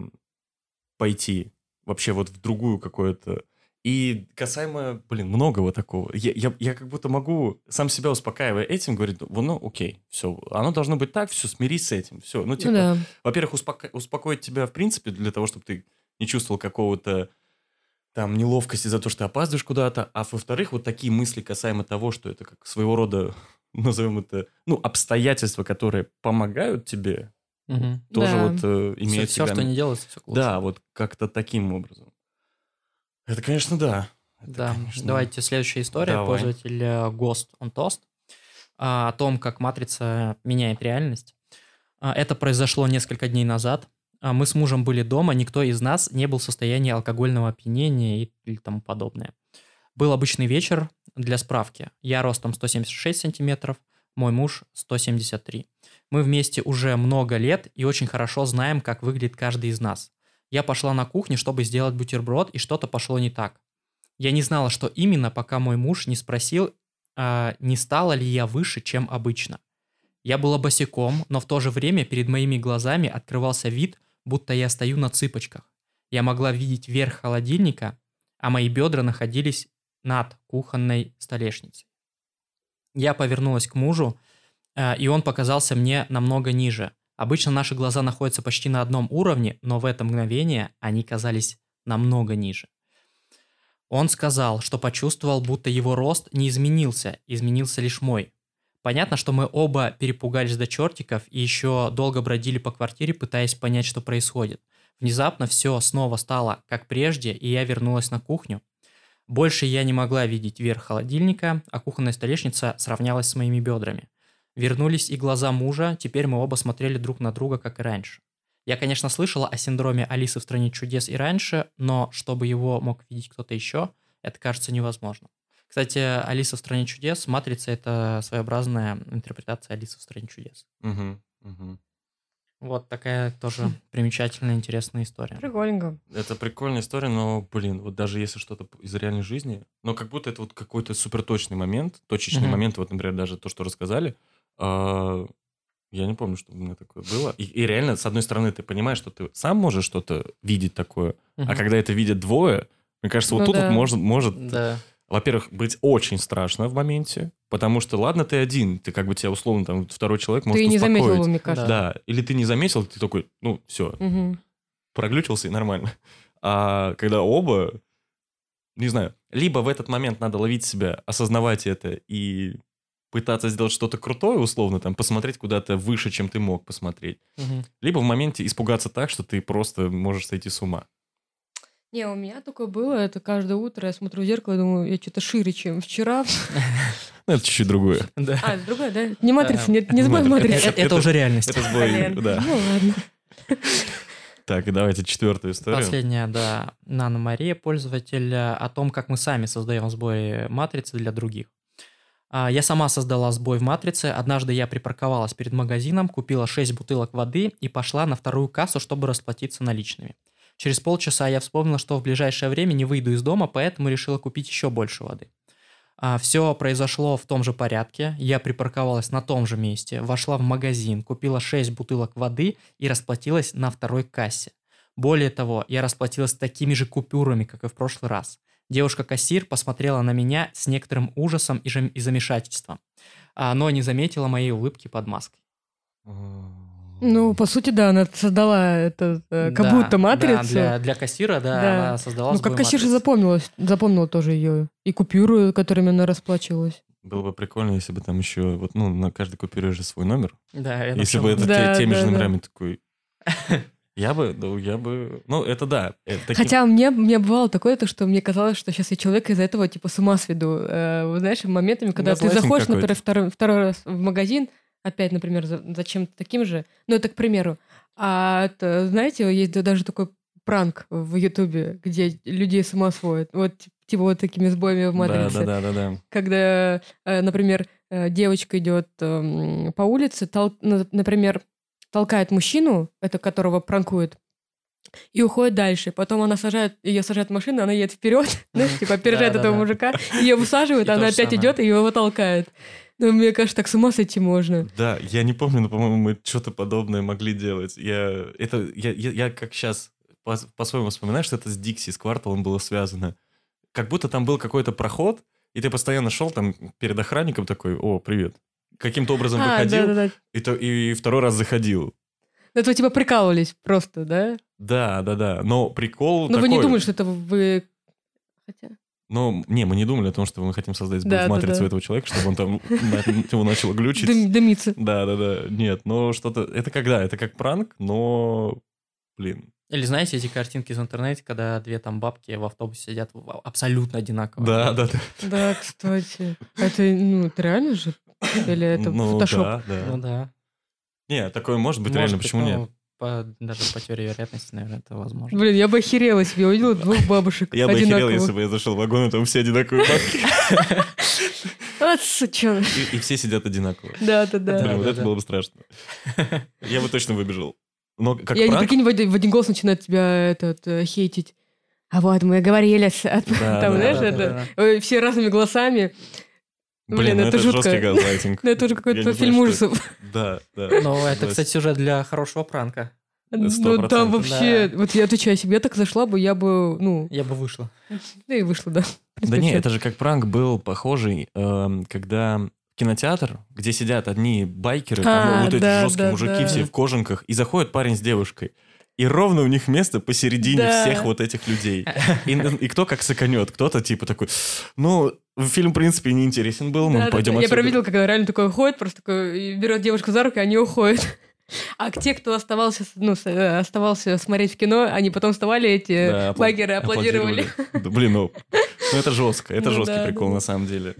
пойти. Вообще вот в другую какое-то... И касаемо, блин, многого такого. Я, я, я как будто могу сам себя успокаивая этим, говорить, ну, окей, все, оно должно быть так, все, смирись с этим, все. Ну, типа, Ну, да. во-первых, успоко- успокоить тебя, в принципе, для того, чтобы ты не чувствовал какого-то там неловкости за то, что ты опаздываешь куда-то, а во-вторых, вот такие мысли касаемо того, что это как своего рода, назовем это, ну, обстоятельства, которые помогают тебе, Угу. тоже Да. вот э, Все, имеют все, всегда- что не делается, все к лучшему. Да, вот как-то таким образом. Это, конечно, да. Это, Да, конечно. давайте следующая история. Давай. Пользователь э, Ghost on Toast а, о том, как матрица меняет реальность. А, Это произошло несколько дней назад. А, Мы с мужем были дома, никто из нас не был в состоянии алкогольного опьянения и или тому подобное. Был обычный вечер. Для справки, я ростом сто семьдесят шесть сантиметров, мой муж сто семьдесят три. Мы вместе уже много лет и очень хорошо знаем, как выглядит каждый из нас. Я пошла на кухню, чтобы сделать бутерброд, и что-то пошло не так. Я не знала, что именно, пока мой муж не спросил, а, не стала ли я выше, чем обычно. Я была босиком, но в то же время перед моими глазами открывался вид, будто я стою на цыпочках. Я могла видеть верх холодильника, а мои бедра находились над кухонной столешницей. Я повернулась к мужу, а, и он показался мне намного ниже. Обычно наши глаза находятся почти на одном уровне, но в это мгновение они казались намного ниже. Он сказал, что почувствовал, будто его рост не изменился, изменился лишь мой. Понятно, что мы оба перепугались до чертиков и еще долго бродили по квартире, пытаясь понять, что происходит. Внезапно все снова стало как прежде, и я вернулась на кухню. Больше я не могла видеть верх холодильника, а кухонная столешница сравнялась с моими бедрами. Вернулись и глаза мужа, теперь мы оба смотрели друг на друга, как и раньше. Я, конечно, слышала о синдроме Алисы в стране чудес и раньше, но чтобы его мог видеть кто-то еще, это кажется невозможно. Кстати, Алиса в стране чудес, Матрица — это своеобразная интерпретация Алисы в стране чудес. Мгм, мгм. Вот такая тоже примечательная, интересная история. Прикольненько. Это прикольная история, но, блин, вот даже если что-то из реальной жизни, но как будто это вот какой-то суперточный момент, точечный Мгм. момент, вот, например, даже то, что рассказали, а, я не помню, что у меня такое было. И, и реально, с одной стороны, ты понимаешь, что ты сам можешь что-то видеть такое, а Мгм. когда это видят двое, мне кажется, вот Ну тут да. вот может, может Да. во-первых, быть очень страшно в моменте, потому что, ладно, ты один, ты как бы тебя условно, там, второй человек может Ты не успокоить. заметил его, мне кажется. Да, или ты не заметил, ты такой, ну, все, Мгм. проглючился и нормально. А когда оба, не знаю, либо в этот момент надо ловить себя, осознавать это и пытаться сделать что-то крутое, условно, там, посмотреть куда-то выше, чем ты мог посмотреть. Мгм. Либо в моменте испугаться так, что ты просто можешь сойти с ума. Не, у меня такое было, это каждое утро я смотрю в зеркало и думаю, я что-то шире, чем вчера. Ну, это чуть-чуть другое. Да. А, это другое, да? Не матрица, Да. нет, не сбой Это- матрицы. Это это уже реальность. Это сбой, Блин. да. Ну ладно. Так, и давайте четвертую историю. Последняя, да, Нана Мария, пользователь, э, о том, как мы сами создаем сбой матрицы для других. А, Я сама создала сбой в матрице. Однажды я припарковалась перед магазином, купила шесть бутылок воды и пошла на вторую кассу, чтобы расплатиться наличными. Через полчаса я вспомнила, что в ближайшее время не выйду из дома, поэтому решила купить еще больше воды. Все произошло в том же порядке. Я припарковалась на том же месте, вошла в магазин, купила шесть бутылок воды и расплатилась на второй кассе. Более того, я расплатилась такими же купюрами, как и в прошлый раз. Девушка-кассир посмотрела на меня с некоторым ужасом и, жам- и замешательством, а, но не заметила моей улыбки под маской. Ну, по сути, да, она создала это э, как Да, будто да, матрицу. для, для кассира, да, Да. она создала Ну, как сбой кассирша матрицы. запомнила, запомнила тоже ее. И купюры, которыми она расплачивалась. Было бы прикольно, если бы там еще, вот, ну, на каждой купюре же свой номер. Да, я Если напишу. бы это Да, те- теми да, же да. номерами такой... Я бы, ну, я бы... Ну, это да. это таким- Хотя мне, мне бывало такое, то, что мне казалось, что сейчас я человека из-за этого типа с ума сведу. Э, вы знаешь, моментами, когда ты Газлайтинг заходишь, какой-то. например, второй, второй раз в магазин, опять, например, за, за чем-то таким же, ну, это к примеру. А это, знаете, есть даже такой пранк в Ютубе, где людей с ума сводят. Вот типа вот такими сбоями в матрице. Да, да, да, да, да. Когда, э, например, э, девочка идет эм, по улице, тол- ну, например, толкает мужчину, это которого пранкует, и уходит дальше. Потом она сажает, ее сажает в машину, она едет вперед, знаешь, типа опережает Да-да-да. этого мужика, ее высаживает, И она то же опять самое. идет и его толкает. Ну, мне кажется, так с ума сойти можно. Да, я не помню, но, по-моему, мы что-то подобное могли делать. Я, это, я, я, я как сейчас по- по-своему вспоминаю, что это с Дикси, с Кварталом было связано. Как будто там был какой-то проход, и ты постоянно шел там перед охранником такой, о, привет. Каким-то образом А, выходил, да-да-да. и, то, и второй раз заходил. Это вы типа прикалывались просто, да? Да, да, да. Но прикол Но такой... вы не думали, что это вы... Хотя... Ну, не, мы не думали о том, что мы хотим создать сбой Да, в да, матрицу да. этого человека, чтобы он там на- его начал глючить. Дым- Дымиться. Да, да, да. Нет, но что-то... Это когда? Это как пранк, но... Блин. Или знаете эти картинки из интернета, когда две там бабки в автобусе сидят в- абсолютно одинаково. Да, да, да. Да, кстати. Это, ну, это реально же? Или это Ну, фотошоп? да, да. Ну да. Не, такое может быть Может реально, быть, почему ну, нет? по- даже по теории вероятности, наверное, это возможно. Блин, я бы охерела, если бы я увидела двух бабушек Я бы охерел, одинаковых. если бы я зашел в вагон, и там все одинаковые бабки. Вот сучонок. И, и все сидят одинаково. Да-да-да. Блин, вот да, это да. было бы страшно. Я бы точно выбежал. Но как И они, пранк... прикинь, в один, в один голос начинают тебя этот, э, хейтить. А вот мы говорили, с- от- Да, там, да, знаешь, да, это, да, ой, все разными голосами. Блин, ну это, это жутко. жесткий газлайтинг. Ну, это уже Я какой-то не фильм знаю, что ужасов. Да, да. Ну, это, Согласен. кстати, сюжет для хорошего пранка. Ну, Сто там процентов, вообще... Вот я отвечаю себе, я так зашла бы, я бы, ну... Я бы вышла. Да и вышла, да. В Да принципе, не, всё. это же как пранк был похожий, эм, когда кинотеатр, где сидят одни байкеры, там А, вот эти да, жесткие да, мужики да. все в кожанках, и заходит парень с девушкой. И ровно у них место посередине Да. всех вот этих людей. И, и кто как сыканет, кто-то типа такой, ну, фильм, в принципе, не интересен был, мы Да-да-да. пойдем Я отсюда. прям видела, когда реально такой уходит, просто такой и берет девушку за руку, и они уходят. А те, кто оставался, ну, с- э, оставался смотреть в кино, они потом вставали, эти Да, апла- байкеры аплодировали. Да, блин, ну, ну это жестко, это Ну жесткий да, прикол да. на самом деле.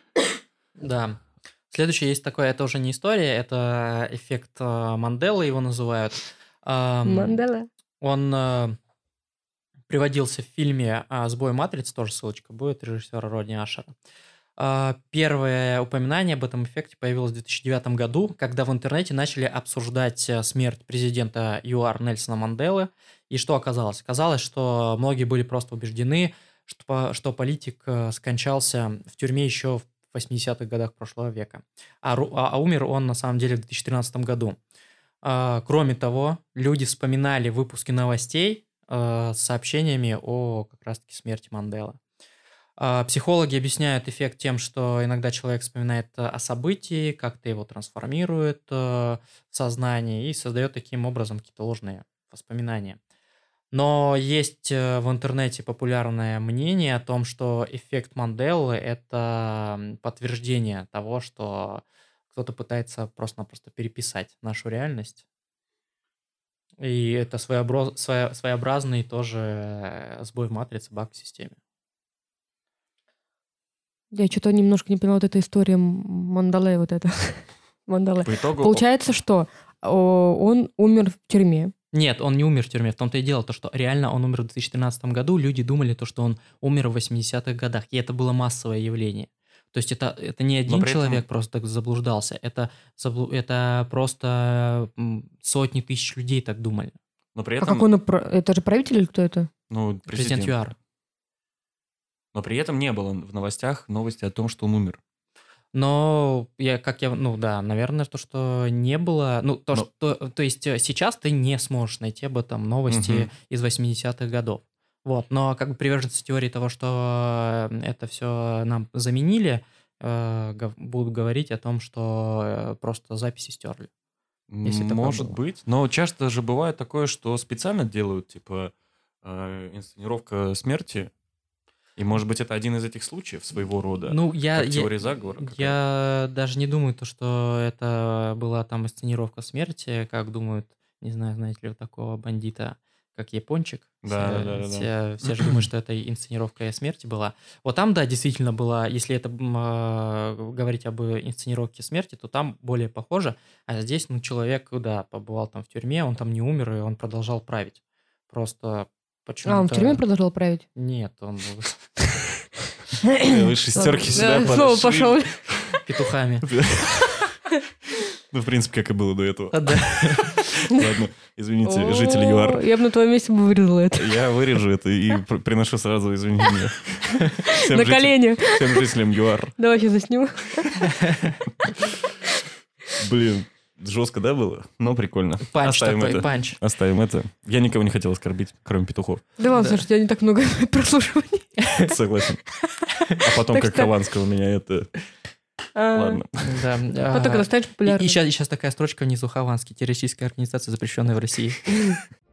Да. Следующее есть такое, это уже не история, это эффект э, Манделы, его называют. Ам, Мандела. Он э, приводился в фильме а, «Сбой матрицы», тоже ссылочка будет, режиссера Родни Ашера. А, Первое упоминание об этом эффекте появилось в две тысячи девятом году, когда в интернете начали обсуждать э, смерть президента ЮАР Нельсона Манделы. И что оказалось? Оказалось, что многие были просто убеждены, что, по- что политик э, скончался в тюрьме еще в восьмидесятых годах прошлого века. А, ру- а- а умер он на самом деле в две тысячи тринадцатом году. А, Кроме того, люди вспоминали выпуски новостей э, с сообщениями о как раз-таки смерти Манделы. А, Психологи объясняют эффект тем, что иногда человек вспоминает э, о событии, как-то его трансформирует э, в сознании и создает таким образом какие-то ложные воспоминания. Но есть э, в интернете популярное мнение о том, что эффект Манделы – это м, подтверждение того, что кто-то пытается просто-напросто переписать нашу реальность. И это своеобро- своя- своеобразный тоже э, сбой в матрице, баг в системе. Я что-то немножко не поняла вот эта история Мандалы, вот это. Мандалы. По итогу... Получается, что о, он умер в тюрьме. Нет, он не умер в тюрьме. В том-то и дело, то, что реально он умер в две тысячи тринадцатом году. Люди думали, то, что он умер в восьмидесятых годах. И это было массовое явление. То есть это, это не один при этом- человек просто так заблуждался. Это, заблу- это просто м, сотни тысяч людей так думали. Но при А этом... как он... опро- Это же правитель или кто это? Ну, Президент ЮАР. Но при этом не было в новостях новости о том, что он умер. Но я, как я, ну да, наверное, то, что не было, ну то, Но- что, то есть э, сейчас ты не сможешь найти об этом новости Мгм. из восьмидесятых годов. Вот, но как бы приверженцы теории того, что э, это все нам заменили, э, гов- будут говорить о том, что э, просто записи стерли. Если такое Может было. быть. Но часто же бывает такое, что специально делают, типа, э, инсценировка смерти. И, может быть, это один из этих случаев своего рода, Ну, я, как я, теория заговора. какая-то. я даже не думаю, то, что это была там инсценировка смерти, как думают, не знаю, знаете ли вы такого бандита, как Япончик. Да, все, да, да, да, да. все, все же думают, что это инсценировка смерти была. Вот там, да, действительно была, если это м, а, говорить об инсценировке смерти, то там более похоже, а здесь, ну, человек, да, побывал там в тюрьме, он там не умер, и он продолжал править. Просто почему-то... А, он в тюрьме продолжал править? Нет, он был Вы шестерки сюда Да, снова подошли. пошел. петухами. Ну, в принципе, как и было до этого. А, да. Ладно, извините, жители О, ЮАР. Я бы на твоем месте бы вырезала это. Я вырежу это и пр- приношу сразу извинения. Всем На жителям- колени. Всем жителям ЮАР. Давай сейчас засниму. Блин, жестко, да, было? Но прикольно. Панч Оставим такой, это. панч. Оставим это. Я никого не хотел оскорбить, кроме петухов. Да ладно, Да. слушай, у тебя не так много прослушиваний. Согласен. А потом, Так как что- Хованского, меня это... А, Ладно. Да. Потом, когда станешь И, популярным. сейчас, сейчас такая строчка внизу: Хованский, террористическая организация, запрещенная в России.